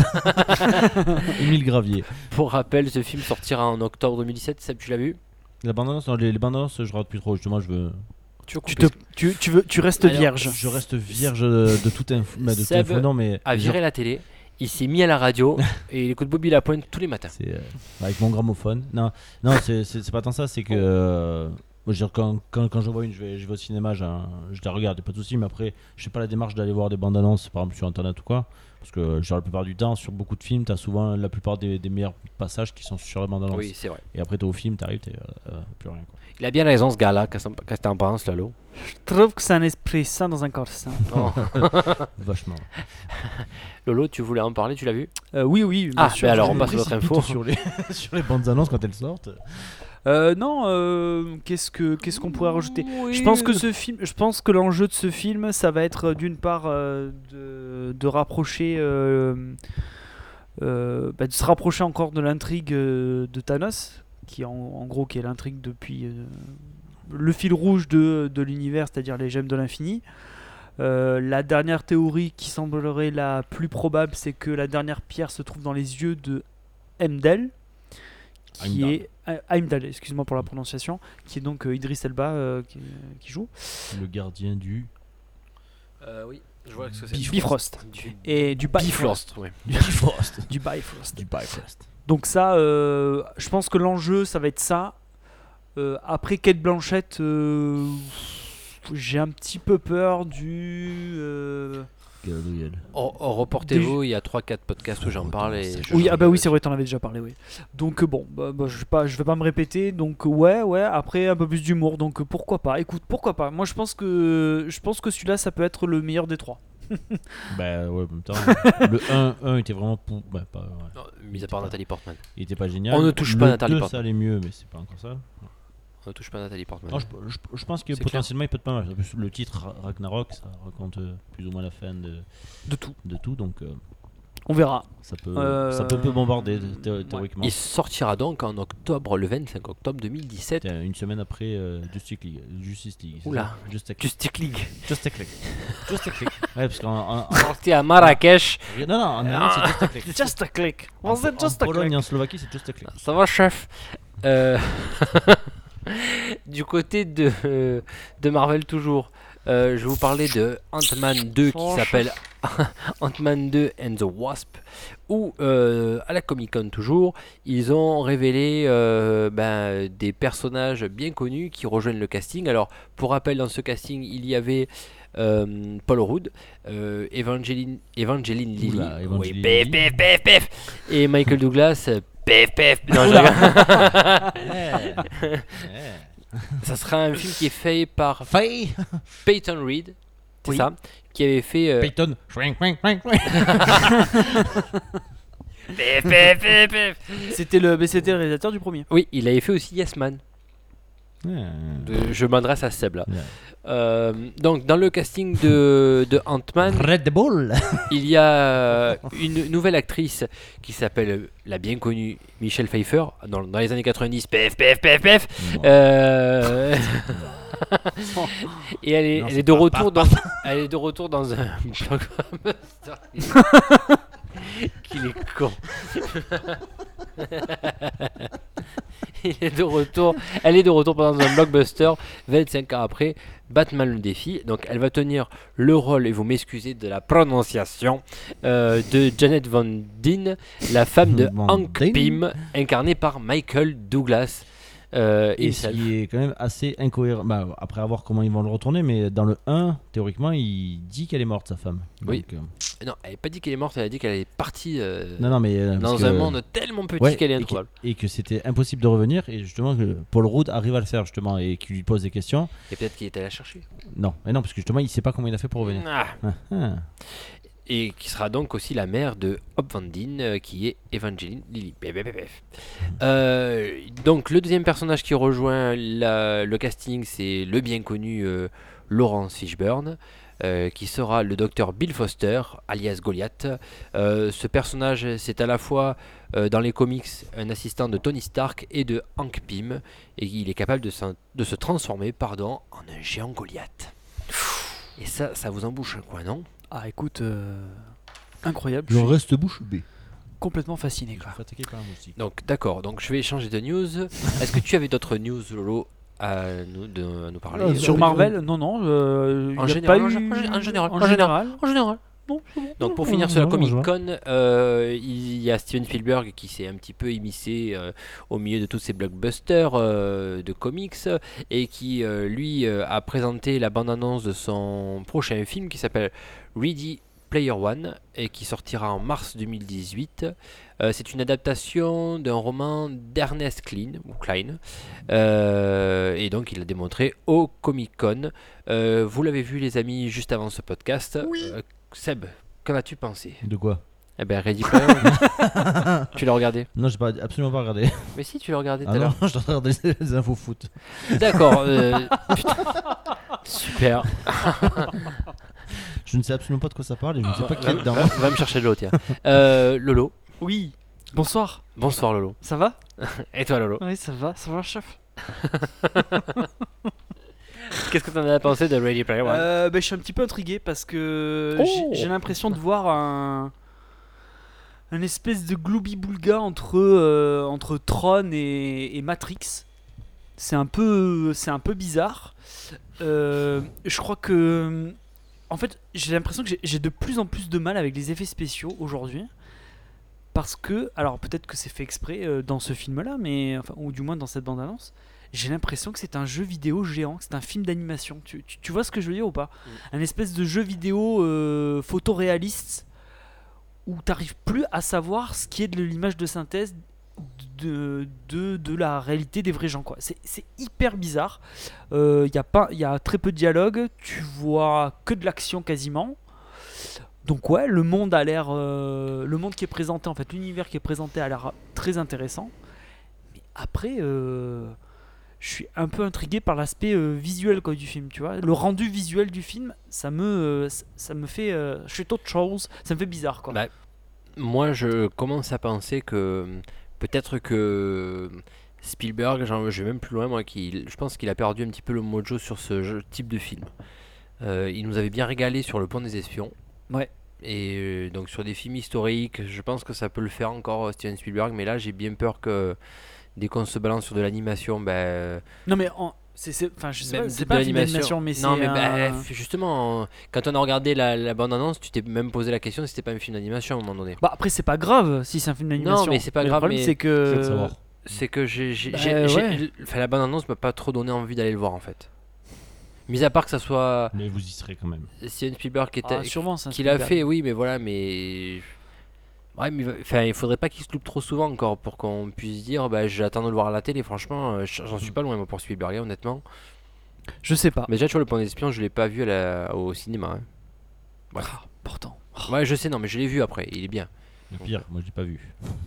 Émile Gravier. Pour rappel, ce film sortira en octobre deux mille dix-sept. Seb, tu l'as vu? La bande-annonce, non, les, les bandes-annonces, je regarde plus trop. Justement, je veux. Tu, Tu, te, tu, tu, veux, tu restes Alors, vierge. Je reste vierge de, de toute info. bah, de toute Seb info, non, mais. a viré la télé, il s'est mis à la radio et il écoute Bobby Lapointe tous les matins. C'est euh, avec mon gramophone. Non, non, c'est c'est- c'est pas tant ça, c'est que euh, moi, je veux dire, quand, quand, quand je vois une, je vais, je vais au cinéma, j'ai un- je la regarde, y a pas de souci, mais après, je sais pas la démarche d'aller voir des bandes annonces, par exemple sur internet ou quoi, parce que genre, la plupart du temps, sur beaucoup de films, t'as souvent la plupart des, des meilleurs passages qui sont sur les bandes annonces. Oui, c'est vrai. Et après, t'es au film, t'arrives, t'es euh, euh, plus rien. Quoi. Il a bien raison ce gars-là. Qu'est-ce que t'en penses, Lalo? Je trouve que c'est un esprit sain dans un corps sain. Oh. Vachement. Lolo, tu voulais en parler, tu l'as vu? Euh, oui, oui. bien Ah, sûr, mais alors je on l'ai- passe à votre info. sur les, sur les bandes annonces quand elles sortent. Euh, non, euh, qu'est-ce que qu'est-ce qu'on pourrait rajouter? Je pense que ce film, je pense que l'enjeu de ce film, ça va être euh, d'une part euh, de, de rapprocher, euh, euh, bah, de se rapprocher encore de l'intrigue euh, de Thanos, qui en, en gros qui est l'intrigue depuis euh, le fil rouge de, de l'univers, c'est-à-dire les gemmes de l'infini. Euh, la dernière théorie qui semblerait la plus probable, c'est que la dernière pierre se trouve dans les yeux de Heimdall, qui Heimdall. est Heimdall, excuse-moi pour la prononciation, qui est donc euh, Idris Elba euh, qui, qui joue. Le gardien du. Euh, oui, je vois ce que Bifrost. Bifrost. Du Et du Bifrost. Bifrost, ouais. Bifrost. Du Bifrost. Du Bifrost. Donc ça, euh, je pense que l'enjeu, ça va être ça. Euh, après Kate Blanchett, euh, j'ai un petit peu peur du... euh, Galadriel. Oh, oh, reportez-vous, il y a trois quatre podcasts où j'en parle. Et je- Oui, ah bah oui, c'est vrai, t'en avais déjà parlé, oui. Donc euh, bon, bah, bah, je vais pas, je vais pas me répéter. Donc euh, ouais, ouais. Après un peu plus d'humour. Donc euh, pourquoi pas. Écoute, pourquoi pas. Moi, je pense que, je pense que celui-là, ça peut être le meilleur des trois. Bah ouais, en même temps. Le un, un était vraiment. Pour... Bah, pas, ouais. Non, mis à part Nathalie Portman. Il était pas génial. On ne touche Le pas Nathalie deux, Portman. ça allait mieux, mais c'est pas encore ça. On ne touche pas Nathalie Portman. Non, je, je- je pense que C'est potentiellement il peut être pas mal. En plus, le titre Ra- Ragnarok, ça raconte euh, plus ou moins la fin de, De tout. de tout, donc euh, On verra. ça peut, Euh, ça peut un peu bombarder thé- théoriquement. Il sortira donc en octobre, le vingt-cinq octobre deux mille dix-sept. Tiens, une semaine après euh, Justice League. Justice League. c'est Oula. ça Justice League. Justice League. Justice League. Justice League. Ouais, parce qu'en en- en- Sorti à Marrakech. non, non, en Allemagne c'est Justice League. Just a click. En, Was it en just a Pologne click? et en Slovaquie c'est Justice League. Ça va, chef. Euh, Du côté de, euh, de Marvel, toujours, euh, je vais vous parler de Ant-Man deux qui Oh, s'appelle Ant-Man deux and the Wasp, où euh, à la Comic Con, toujours, ils ont révélé euh, ben, des personnages bien connus qui rejoignent le casting. Alors, pour rappel, dans ce casting, il y avait euh, Paul Rudd, euh, Evangeline, Evangeline Lilly, Oula, oui, Evangeline pef, Lilly. pef, pef, pef, et Michael Douglas, pef, pef. Non, je rigole. Ça sera un film qui est fait par Faye Peyton Reed, c'est Oui. ça, qui avait fait. euh, Peyton. Shwing, shwing, shwing, shwing. pef, pef, pef, pef. C'était le, mais c'était le réalisateur du premier. Oui, il avait fait aussi Yes Man. Ouais. Euh, je m'adresse à Seb là. Ouais. Euh, donc, dans le casting de, de Ant-Man, Red Bull. il y a une nouvelle actrice qui s'appelle la bien connue Michelle Pfeiffer. Dans, dans les années quatre-vingt-dix, pef, pef, pef, pef. Euh, Et elle est, Non, elle c'est est de pas- retour pas- dans, elle est de retour dans un blockbuster. Qu'il est con. Il est de retour. Elle est de retour dans un blockbuster vingt-cinq ans après Batman le défi. Donc elle va tenir le rôle, et vous m'excusez de la prononciation, euh, de Janet Van Dyne, la femme de Van Hank Dyne. Pym, incarnée par Michael Douglas. Euh, Et et ce ça- qui est quand même assez incohérent. Bah, après, à voir comment ils vont le retourner, mais dans le un, théoriquement, il dit qu'elle est morte, sa femme. Oui. Donc, euh, Non, elle n'a pas dit qu'elle est morte, elle a dit qu'elle est partie euh, Non, non, mais. euh, parce dans que- un monde tellement petit Ouais, qu'elle est et que- introuvable. Et que c'était impossible de revenir, et justement, que Paul Rudd arrive à le faire, justement, et qui lui pose des questions. Et peut-être qu'il est allé la chercher. Non, mais non, parce que justement, il sait pas comment il a fait pour revenir. Ah. Ah, ah. Et qui sera donc aussi la mère de Hope Van Dyne, euh, qui est Evangeline Lilly. Bef, bef, bef. Euh, donc le deuxième personnage qui rejoint la- le casting, c'est le bien connu euh, Laurence Fishburne, euh, qui sera le docteur Bill Foster, alias Goliath. Euh, ce personnage, c'est à la fois euh, dans les comics un assistant de Tony Stark et de Hank Pym, et il est capable de, s'en- de se transformer pardon, en un géant Goliath. Et ça, ça vous embouche un coin, non? Ah, écoute, euh, incroyable. Je Je suis reste bouche bée. complètement fasciné, Je quoi. me fais attaquer par un moustique. Donc d'accord, donc je vais changer de news. Est-ce que tu avais d'autres news, Lolo, à nous, de, à nous parler Euh, Sur euh, Marvel, non, non. euh, en y a général, pas en eu- gé- en général, En en général. général. En général. Non, c'est bon. Donc pour Non, finir non, sur la non, Comic je vois. Con, euh, il y a Steven Spielberg qui s'est un petit peu immiscé euh, au milieu de tous ces blockbusters euh, de comics, et qui euh, lui euh, a présenté la bande-annonce de son prochain film qui s'appelle Ready Player One et qui sortira en mars deux mille dix-huit. Euh, c'est une adaptation d'un roman d'Ernest Klein, ou Klein, Euh, et donc il l'a démontré au Comic Con. Euh, vous l'avez vu les amis juste avant ce podcast. Euh, Seb, qu'en as-tu pensé? De quoi? Eh ben Ready Player One. Tu l'as regardé? Non, j'ai pas, absolument pas regardé. Mais si, tu l'as regardé tout Ah à non, l'heure. je suis en train de regarder les infos foot. D'accord. euh, putain. Super. Je ne sais absolument pas de quoi ça parle et je ne sais pas qui Va, est dedans. va- va me chercher de l'eau, tiens. Euh, Lolo. Oui. Bonsoir. Bonsoir Lolo. Ça va? Et toi Lolo? Oui, ça va, ça va, chef. Qu'est-ce que tu en as pensé de Ready Player One? Euh, bah, je suis un petit peu intrigué parce que Oh. j'ai- j'ai l'impression de voir un un espèce de gloubi-boulga entre, euh, entre Tron et, et Matrix. C'est un peu, c'est un peu bizarre. Euh, je crois que, en fait, j'ai l'impression que j'ai, j'ai de plus en plus de mal avec les effets spéciaux aujourd'hui. Parce que, alors peut-être que c'est fait exprès euh, dans ce film-là, mais enfin, ou du moins dans cette bande-annonce, j'ai l'impression que c'est un jeu vidéo géant, que c'est un film d'animation. Tu, tu, tu vois ce que je veux dire ou pas ? Un espèce de jeu vidéo euh, photoréaliste où t'arrives plus à savoir ce qui est de l'image de synthèse de, de, de la réalité des vrais gens, quoi. C'est, c'est hyper bizarre. Il euh, y a pas, y a très peu de dialogue, tu vois que de l'action quasiment. Donc ouais, le monde a l'air, euh, le monde qui est présenté, en fait, l'univers qui est présenté a l'air très intéressant. Mais après, euh, je suis un peu intrigué par l'aspect euh, visuel, quoi, du film, tu vois. Le rendu visuel du film, ça me, euh, ça me fait, euh, je fais autre chose, ça me fait bizarre, quoi. Bah, moi, je commence à penser que peut-être que Spielberg, genre, je vais même plus loin, moi, qu'il, je pense qu'il a perdu un petit peu le mojo sur ce jeu- type de film. Euh, il nous avait bien régalé sur Le Pont des Espions. Ouais. Et euh, donc sur des films historiques, je pense que ça peut le faire encore, Steven Spielberg. Mais là, j'ai bien peur que dès qu'on se balance sur de l'animation, ben, Non mais en, c'est, c'est, enfin, je sais même pas, de- c'est de pas un film l'animation. d'animation, mais c'est non, mais un- bah, justement, euh, quand on a regardé la, la bande-annonce, tu t'es même posé la question si c'était pas un film d'animation à un moment donné. Bah après c'est pas grave si c'est un film d'animation. Non, mais c'est pas le grave, problème mais- c'est Je veux que savoir. C'est que j'ai, j'ai, Bah, j'ai- j'ai- ouais. enfin, la bande-annonce m'a pas trop donné envie d'aller le voir en fait. Mis à part que ça soit Mais vous y serez quand même. Steven Spielberg qui était, Ah, sûrement c'est un qui l'a Spielberg. fait, oui, mais voilà, mais ouais, mais enfin, il faudrait pas qu'il se loupe trop souvent encore pour qu'on puisse dire, bah, j'attends de le voir à la télé. Franchement, euh, j'en suis pas loin moi pour Spielberg, hein, honnêtement. Je sais pas. Mais déjà, tu vois, Le Pont des Espions, je l'ai pas vu à la- au cinéma. hein. Ouais. Ah, pourtant. Ouais, je sais, non, mais je l'ai vu après. Il est bien. Le pire, moi je l'ai pas vu.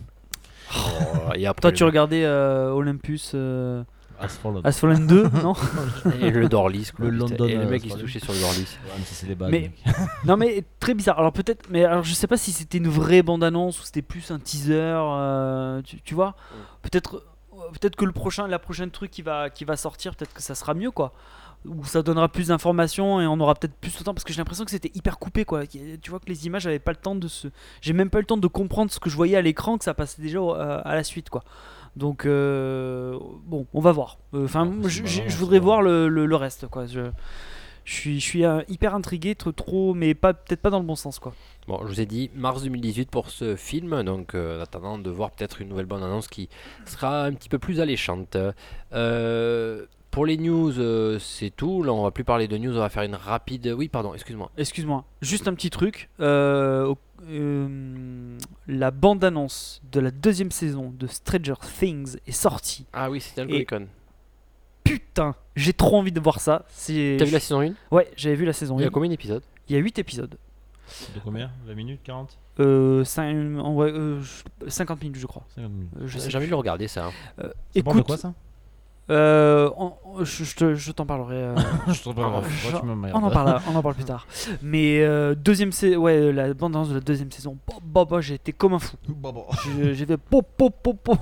Et après, Toi le- tu regardais euh, Olympus euh, Asphalt. Asphalt deux, non? et le Dorlis, quoi. Le putain. London, Et le euh, mec, il se Asphalt. touchait sur le Dorlis. Ouais, mais ça c'est des bases. Mais- mec. Non mais très bizarre. Alors peut-être, mais alors je sais pas si c'était une vraie bande-annonce ou c'était plus un teaser. euh, tu, tu vois, peut-être, euh, peut-être que le prochain, la prochaine truc qui va, qui va sortir, peut-être que ça sera mieux, quoi. Ou ça donnera plus d'informations et on aura peut-être plus de temps parce que j'ai l'impression que c'était hyper coupé, quoi. Qui- Tu vois que les images avaient pas le temps de se, j'ai même pas eu le temps de comprendre ce que je voyais à l'écran, que ça passait déjà au- à, à la suite, quoi. Donc euh, bon, on va voir. Enfin, Ah, c'est je, marrant, je- je c'est voudrais marrant. voir le, le- le reste, quoi. Je, je suis, je suis euh, hyper intrigué, trop, trop, mais pas, peut-être pas dans le bon sens, quoi. Bon, je vous ai dit mars deux mille dix-huit pour ce film, donc euh, en attendant de voir peut-être une nouvelle bande-annonce qui sera un petit peu plus alléchante. Euh, pour les news, euh, c'est tout. Là, on va plus parler de news, on va faire une rapide. Oui, pardon, excuse-moi. Excuse-moi, juste un petit truc. euh, au- euh, la bande-annonce de la deuxième saison de Stranger Things est sortie. Ah oui, c'était le Et- Comic Con. Putain, j'ai trop envie de voir ça. C'est... T'as vu la saison un? Ouais, j'avais vu la saison Il y a un. combien d'épisodes? Il y a huit épisodes. De combien vingt minutes quarante Euh, cinq- en vrai, euh, je- cinquante minutes, je crois. cinquante minutes. Euh, je sais J'ai envie de le regarder ça. hein. Euh, Ça parle de écoute, quoi ça euh, on- on- je, je te- je t'en parlerai. euh, Je te parle. je- Pourquoi tu m'emmerdes on en parle, on en parle plus tard. Mais euh, deuxième saison, ouais, la bande annonce de la deuxième saison. Bah, bah, bah, j'ai été comme un fou. J'ai j'ai fait pop pop pop pop.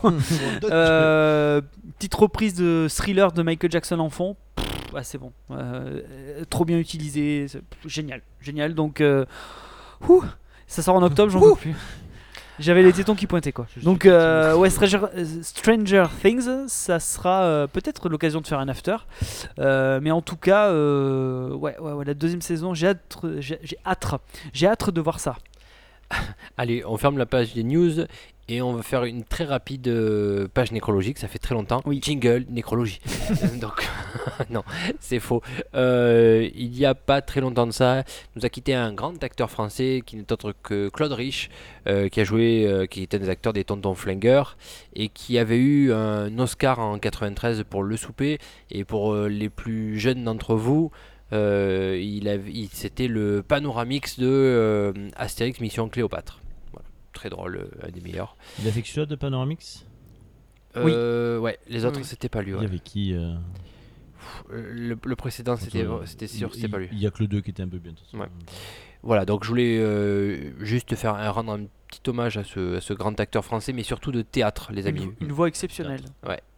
Euh, petite reprise de Thriller de Michael Jackson en fond. Pff, ouais, c'est bon. Euh, euh, trop bien utilisé. C'est- pff, génial, génial. Donc, euh, ouh, ça sort en octobre, j'en peux plus. J'avais les tétons qui pointaient, quoi. Je Donc, suis euh, fatigué. ouais, Stranger, euh, Stranger Things, ça sera euh, peut-être l'occasion de faire un after. Euh, mais en tout cas, euh, ouais, ouais, ouais, la deuxième saison, j'ai hâte, j'ai j'ai hâte, j'ai hâte de voir ça. Allez, on ferme la page des news et on va faire une très rapide euh, page nécrologique. Ça fait très longtemps. Oui. Jingle, nécrologie. Donc, non, c'est faux. Euh, il n'y a pas très longtemps de ça, nous a quitté un grand acteur français qui n'est autre que Claude Rich, euh, qui a joué, euh, qui était un des acteurs des Tontons Flingueurs et qui avait eu un Oscar en quatre-vingt-treize pour Le Souper. Et pour euh, les plus jeunes d'entre vous, Euh, il avait, il- c'était le panoramix de euh, Astérix Mission Cléopâtre. Voilà. Très drôle, euh, un des meilleurs. Il a fait que celui-là de Panoramix Oui. Euh, ouais, les autres Oui. c'était pas lui. Il ouais. y avait qui euh, Euh, Le, le précédent c'était, euh, c'était sûr, il- c'était pas lui. Il y a que le deux qui était un peu bien. de toute façon. Ouais. Voilà, donc je voulais euh, juste faire un, rendre un petit hommage à ce, à ce grand acteur français, mais surtout de théâtre, les amis. Une, une voix exceptionnelle. Ouais.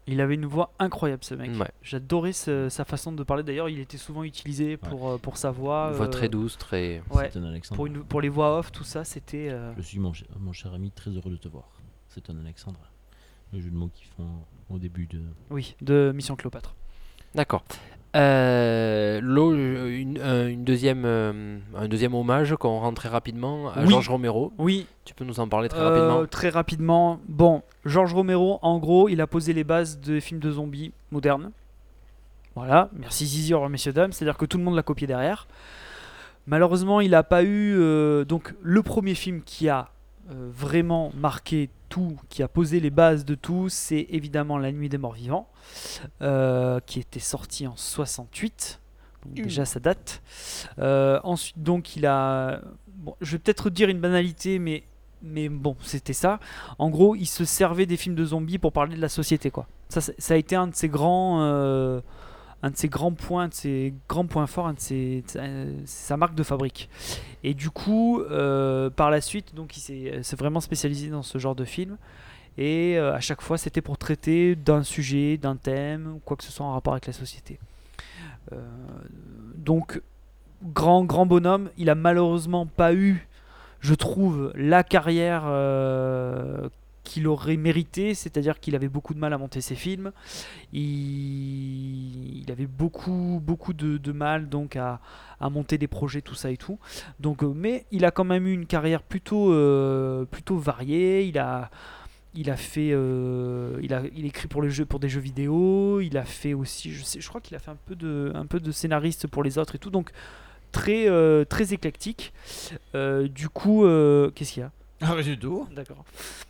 Il avait une voix incroyable, ce mec. Ouais. J'adorais ce- sa façon de parler. D'ailleurs, il était souvent utilisé pour, euh, pour sa voix. Une voix euh, très douce, très. Ouais. C'est un Alexandre. Pour, une, pour les voix off, tout ça, c'était. euh, Je suis mon, cher- mon cher ami, très heureux de te voir. C'est un Alexandre. Le jeu de mots qu'ils font au début de. Oui, de Mission Cléopâtre. D'accord. Euh, Lo, une, un- une deuxième, euh, un deuxième hommage qu'on rend très rapidement à Oui. Georges Romero. Oui, Tu peux nous en parler très euh, rapidement. très rapidement. Bon, Georges Romero, en gros, il a posé les bases des films de zombies modernes. Voilà, merci Zizi, au revoir messieurs dames. C'est-à-dire que tout le monde l'a copié derrière. Malheureusement, il n'a pas eu. euh, donc, le premier film qui a euh, vraiment marqué tout, qui a posé les bases de tout, c'est évidemment La Nuit des Morts Vivants, euh, qui était sorti en soixante-huit. Donc, déjà, ça date. Euh, ensuite, donc, il a. Bon, je vais peut-être dire une banalité, mais, mais bon, c'était ça. En gros, il se servait des films de zombies pour parler de la société, quoi. Ça, ça ça a été un de ses grands. euh, un de ses grands points, de ses grands points forts, un de ses, euh, c'est sa marque de fabrique. Et du coup, euh, par la suite, donc il s'est, s'est vraiment spécialisé dans ce genre de film. Et euh, à chaque fois, c'était pour traiter d'un sujet, d'un thème, ou quoi que ce soit en rapport avec la société. Euh, donc, grand, grand bonhomme. Il a malheureusement pas eu, je trouve, la carrière euh, qu'il aurait mérité, c'est-à-dire qu'il avait beaucoup de mal à monter ses films. Il, il avait beaucoup, beaucoup de, de mal donc à, à monter des projets, tout ça et tout. Donc, euh, mais il a quand même eu une carrière plutôt, euh, plutôt variée. Il a, il a fait, euh, il a, il écrit pour les jeux, pour des jeux vidéo. Il a fait aussi, je sais, je crois qu'il a fait un peu de, un peu de scénariste pour les autres et tout. Donc très, euh, très éclectique. Euh, du coup, euh, qu'est-ce qu'il y a? Ah, du tout. D'accord.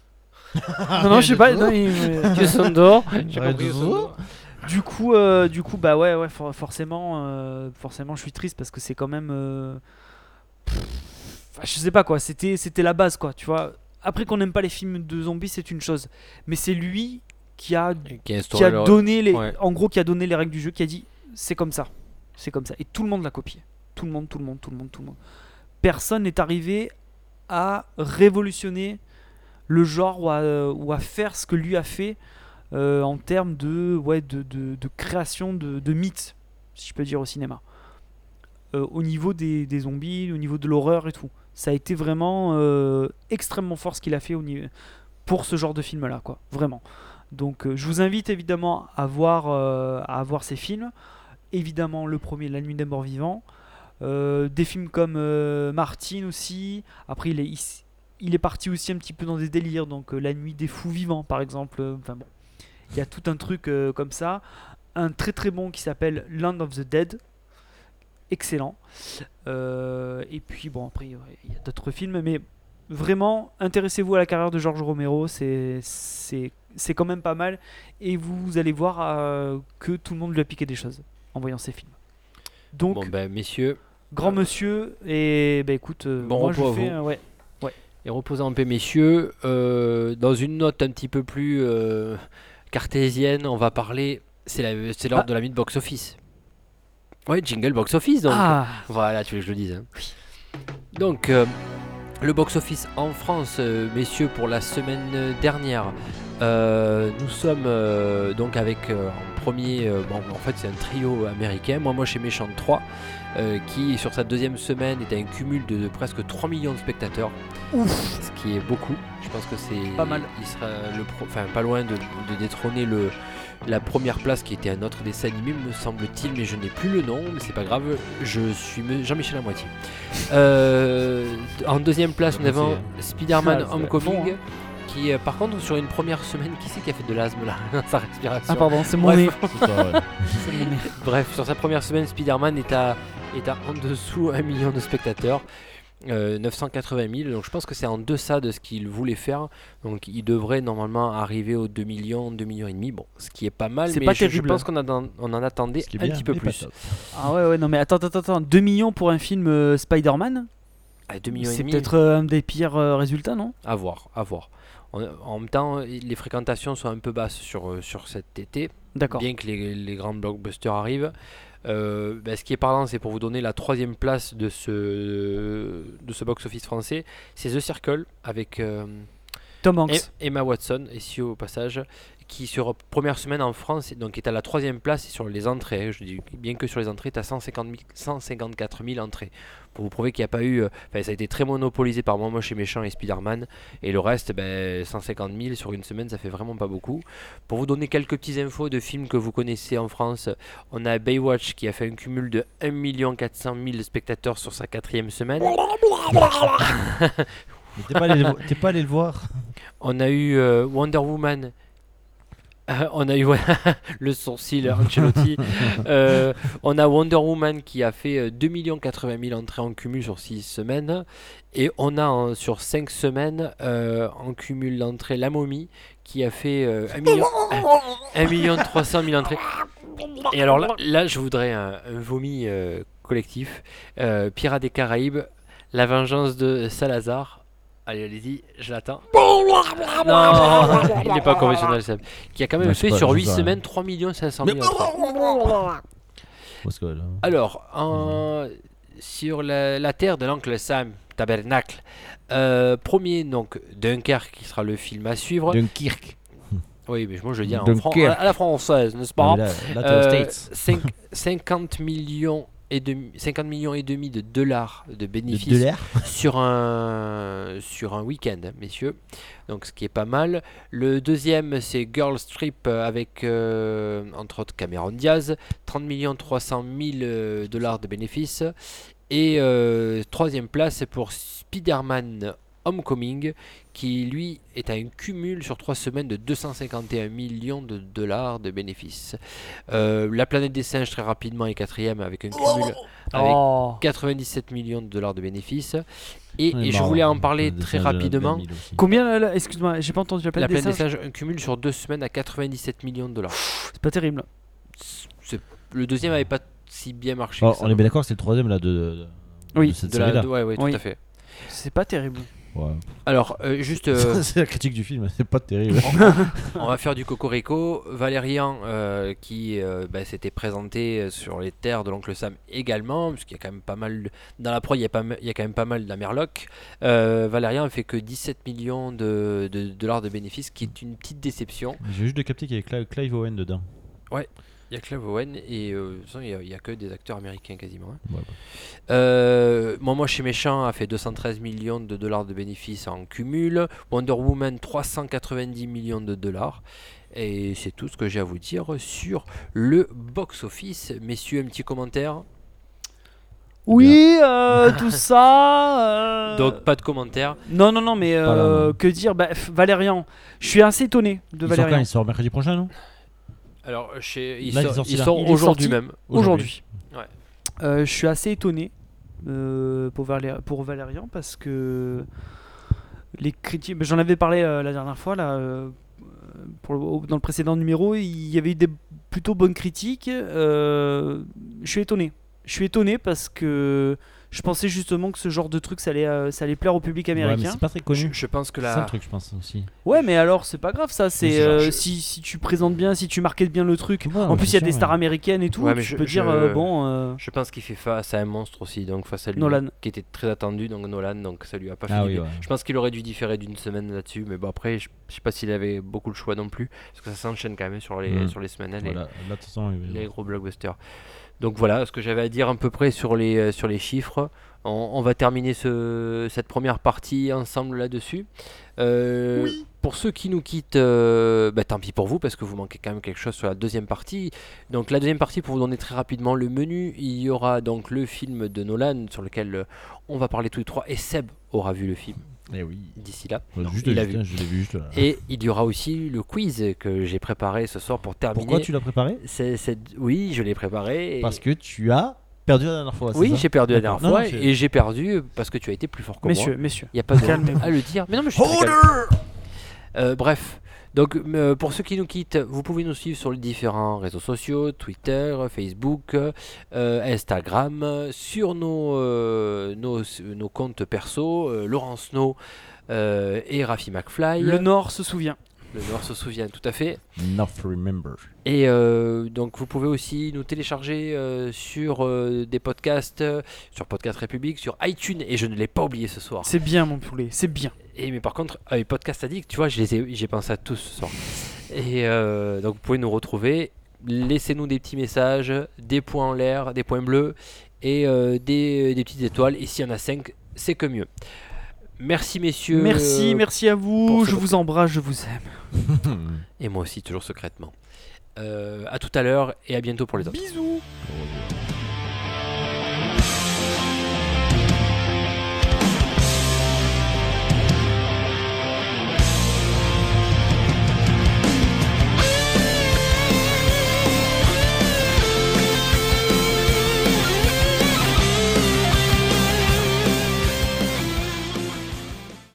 non, non, je sais pas. Non, il me- Que son d'or. J'ai Ouais, compris de que son zoo. d'or. Du coup, euh, du coup, bah ouais, ouais, for- forcément, euh, forcément, je suis triste parce que c'est quand même, euh, pff, enfin, je sais pas quoi. C'était, c'était la base, quoi. Tu vois. Après qu'on n'aime pas les films de zombies, c'est une chose, mais c'est lui qui a, Qui a qui instauré a leur- donné les, Ouais. en gros, qui a donné les règles du jeu, qui a dit, c'est comme ça, c'est comme ça, et tout le monde l'a copié. Tout le monde, tout le monde, tout le monde, tout le monde. Personne n'est arrivé à révolutionner le genre ou à, ou à faire ce que lui a fait euh, en termes de, ouais, de, de, de création de, de mythes, si je peux dire, au cinéma. Euh, au niveau des, des zombies, au niveau de l'horreur et tout. Ça a été vraiment euh, extrêmement fort ce qu'il a fait au niveau, pour ce genre de film-là, quoi. Vraiment. Donc euh, je vous invite évidemment à voir, euh, à voir ces films. Évidemment, le premier, La Nuit des Morts Vivants. Euh, des films comme euh, Martin aussi. Après, il est, il, il est parti aussi un petit peu dans des délires. Donc, euh, La Nuit des Fous Vivants, par exemple. Euh, Enfin bon, il y a tout un truc euh, comme ça. Un très très bon qui s'appelle Land of the Dead. Excellent. Euh, et puis, bon, après, ouais, il y a d'autres films. Mais vraiment, intéressez-vous à la carrière de Georges Romero. C'est, c'est, c'est quand même pas mal. Et vous allez voir euh, que tout le monde lui a piqué des choses en voyant ces films. Donc, Bon, ben, messieurs, grand monsieur, et bah écoute, euh, Bon moi je repos à fais, vous. euh, ouais. et reposez en paix, messieurs. Euh, dans une note un petit peu plus euh, cartésienne, on va parler. C'est, la, c'est l'ordre Ah. de la mythe box-office. Ouais, jingle box-office donc. Ah, Voilà, tu veux que je le dise. Hein. Donc, euh, le box-office en France, euh, messieurs, pour la semaine dernière, euh, nous sommes euh, donc avec euh, en premier, euh, bon, en fait c'est un trio américain, moi moi chez Méchant trois, euh, qui sur sa deuxième semaine est à un cumul de, de presque trois millions de spectateurs, ouf, ce qui est beaucoup. Je pense que c'est Pas mal. Il sera le pro- enfin pas loin de, de détrôner le la première place qui était un autre dessin animé, me semble-t-il, mais je n'ai plus le nom, mais c'est pas grave, je suis me- Jean-Michel à moitié. Euh, en deuxième place, nous Ouais, avons c'est- Spider-Man Ah, c'est Homecoming, bon, hein. qui, euh, par contre, sur une première semaine, qui c'est qui a fait de l'asthme là dans sa respiration ah pardon, c'est mon Bref. nez. C'est ça, ouais. C'est mon nez. Bref, sur sa première semaine, Spider-Man est à, est à en dessous un million de spectateurs. Euh, neuf cent quatre-vingt mille, donc je pense que c'est en deçà de ce qu'il voulait faire, donc il devrait normalement arriver aux deux millions, deux millions et demi, bon, ce qui est pas mal, C'est mais pas je, je terrible. pense qu'on a dans- on en attendait Ce qui est un bien, petit peu mais pas plus. top. Ah ouais, ouais, non mais attends, attends, attends, deux millions pour un film euh, Spider-Man, À deux millions et c'est demi, peut-être euh, un des pires euh, résultats, non? à voir, à voir. En, en même temps, les fréquentations sont un peu basses sur, euh, sur cet été, D'accord. bien que les, les grands blockbusters arrivent. Euh, ben, ce qui est parlant, c'est pour vous donner la troisième place de ce, de ce box-office français, c'est The Circle avec, euh, Tom Hanks. Et- Emma Watson, ici au passage, qui sur première semaine en France, donc est à la troisième place et sur les entrées. Je dis bien que sur les entrées, tu as cent cinquante-quatre mille entrées. Pour vous prouver qu'il n'y a pas eu. Enfin, ça a été très monopolisé par Moi Moche et Méchant et Spider-Man. Et le reste, ben, cent cinquante mille sur une semaine, ça fait vraiment pas beaucoup. Pour vous donner quelques petites infos de films que vous connaissez en France, on a Baywatch qui a fait un cumul de un million quatre cent mille spectateurs sur sa quatrième semaine. Mais T'es pas, allé le- t'es pas allé le voir. On a eu euh, Wonder Woman. Euh, on a eu ouais, le sourcil Ancelotti. Euh, on a Wonder Woman qui a fait euh, deux millions quatre-vingt mille entrées en cumul sur six semaines. Et on a en- sur cinq semaines euh, en cumul d'entrées La Momie qui a fait euh, un million, un million trois cent mille entrées. Et alors là, là je voudrais un, un vomi euh, collectif. Euh, Pirates des Caraïbes, La Vengeance de Salazar. Allez, allez-y, je l'attends. Non, il n'est pas conventionnel, Seb. Qui a quand même Non, c'est fait pas- sur c'est huit ça, hein. semaines trois millions cinq cent mille entrées. Parce que, là, Alors, en- sur la, la terre de l'oncle Sam, Tabernacle, euh, premier, donc, Dunkerque, qui sera le film à suivre. Dunkirk. Oui, mais moi je le dis en Dunkerque. fran- à la française, n'est-ce Ah, pas? mais là, là, t'es aux Euh, States. cinq- cinquante millions et demi, cinquante millions et demi de dollars de De, bénéfices de l'air. sur un sur un week-end, messieurs. Donc ce qui est pas mal. Le deuxième c'est Girl Trip avec euh, entre autres Cameron Diaz, trente millions trois cent mille euh, dollars de bénéfices. Et euh, troisième place c'est pour Spider-Man Homecoming qui lui est à un cumul sur trois semaines de deux cent cinquante et un millions de dollars de bénéfices. Euh, la planète des singes très rapidement est quatrième avec un cumul avec Oh. quatre-vingt-dix-sept millions de dollars de bénéfices. Et, Ouais, et je marrant, voulais en le parler dessin très de rapidement. vingt mille aussi. Combien là, là, excuse-moi, j'ai pas entendu la La planète des planète des singes. singes, un cumul sur deux semaines à quatre-vingt-dix-sept millions de dollars. C'est pas terrible. C'est- Le deuxième avait pas si bien marché. Oh, que ça. on est bien d'accord, c'est le troisième là de, de, Oui. de cette De la- série-là. de- ouais, ouais, tout Oui. à fait. C'est pas terrible. Ouais. Alors, euh, juste, euh, c'est la critique du film, c'est pas terrible. on va faire du cocorico. Valérian, euh, qui euh, bah, s'était présenté sur les terres de l'oncle Sam également, parce qu'il y a quand même pas mal de- dans la prod, il y a pas, mal- il y a quand même pas mal de la merloc. Euh, Valérian a fait que dix-sept millions de, de dollars de bénéfices, qui est une petite déception. J'ai juste de capter qu'il y avait Cla- Clive Owen dedans. Il y a Clive Owen et euh, de toute façon, il n'y a, a que des acteurs américains quasiment. hein. Ouais, Euh, Moi, moi chez Méchant a fait deux cent treize millions de dollars de bénéfices en cumul. Wonder Woman trois cent quatre-vingt-dix millions de dollars. Et c'est tout ce que j'ai à vous dire sur le box-office. Messieurs, un petit commentaire. Oui, euh, tout ça. euh, Donc pas de commentaire. Non, non, non, mais Pas là, euh, non. que dire bah, f- Valérian, je suis assez étonné de Il sort quand Valérian. Il sort mercredi prochain, non Alors, chez, il Là, il est sort, sorti il là. sort Il est aujourd'hui sorti même. Aujourd'hui. Ouais. Euh, je suis assez étonné euh, pour, Valé- pour Valérian parce que les critiques. J'en avais parlé euh, la dernière fois là. euh, pour le- dans le précédent numéro, il y avait eu des plutôt bonnes critiques. euh, je suis étonné. Je suis étonné parce que je pensais justement que ce genre de truc ça allait, euh, ça allait plaire au public Ouais, mais américain. c'est pas très Je, connu. je pense que C'est ça le la, truc, je pense aussi. Ouais, mais alors c'est pas grave, ça. Mais C'est c'est euh, genre, je- si, si tu présentes bien, si tu marketes bien le truc. Ouais, En ouais, plus, il y c'est a des sûr, stars ouais. américaines et tout. Ouais, mais tu je- peux je- dire euh, bon. euh, je pense qu'il fait face à un monstre aussi, donc face à lui, Nolan. qui était très attendu, donc Nolan, donc ça lui a pas fait Ah du oui, bien. ouais. Je pense qu'il aurait dû différer d'une semaine là-dessus, mais bon après, je, je sais pas s'il avait beaucoup le choix non plus, parce que ça s'enchaîne quand même sur les, Mm. sur les semaines, les, Voilà, là, de toute façon, il- les gros blockbusters. Donc voilà ce que j'avais à dire à peu près sur les, euh, sur les chiffres. On, on va terminer ce, cette première partie ensemble là-dessus. Euh, Pour ceux qui nous quittent, euh, bah, tant pis pour vous, parce que vous manquez quand même quelque chose sur la deuxième partie. Donc la deuxième partie, pour vous donner très rapidement le menu, il y aura donc le film de Nolan, sur lequel euh, on va parler tous les trois, et Seb aura vu le film Eh oui. d'ici là. Ouais, Non, juste, il a juste, vu. hein, je l'ai vu juste là. Et il y aura aussi le quiz que j'ai préparé ce soir pour terminer. Pourquoi tu l'as préparé C'est- c'est- Oui, je l'ai préparé. et- Parce que tu as perdu la dernière fois. c'est Oui, ça j'ai perdu la D'accord. dernière fois Non, non, c'est- et j'ai perdu parce que tu as été plus fort que Messieurs, moi. messieurs. Il n'y a pas de Calmez-vous. à le dire. Mais non, mais je suis très calme. Euh, bref, donc euh, pour ceux qui nous quittent, vous pouvez nous suivre sur les différents réseaux sociaux, Twitter, Facebook, euh, Instagram, sur nos, euh, nos, nos comptes perso, euh, Laurent Snow euh, et Rafi McFly. Le Nord se souvient. Le Nord se souvient, tout à fait. North Remember. Et euh, donc vous pouvez aussi nous télécharger euh, sur euh, des podcasts, euh, sur Podcast République, sur iTunes, et je ne l'ai pas oublié ce soir. C'est bien, mon poulet, c'est bien. Et mais par contre, euh, les podcasts addicts, tu vois, je les ai, j'ai pensé à tous ce soir. Et euh, donc vous pouvez nous retrouver. Laissez-nous des petits messages, des points en l'air, des points bleus et euh, des, des petites étoiles. Et s'il y en a cinq, c'est que mieux. Merci messieurs. Merci, euh, merci à vous. pour Je ce- vous embrasse, je vous aime. Et moi aussi, toujours secrètement. Euh, à tout à l'heure et à bientôt pour les autres. Bisous. Oh,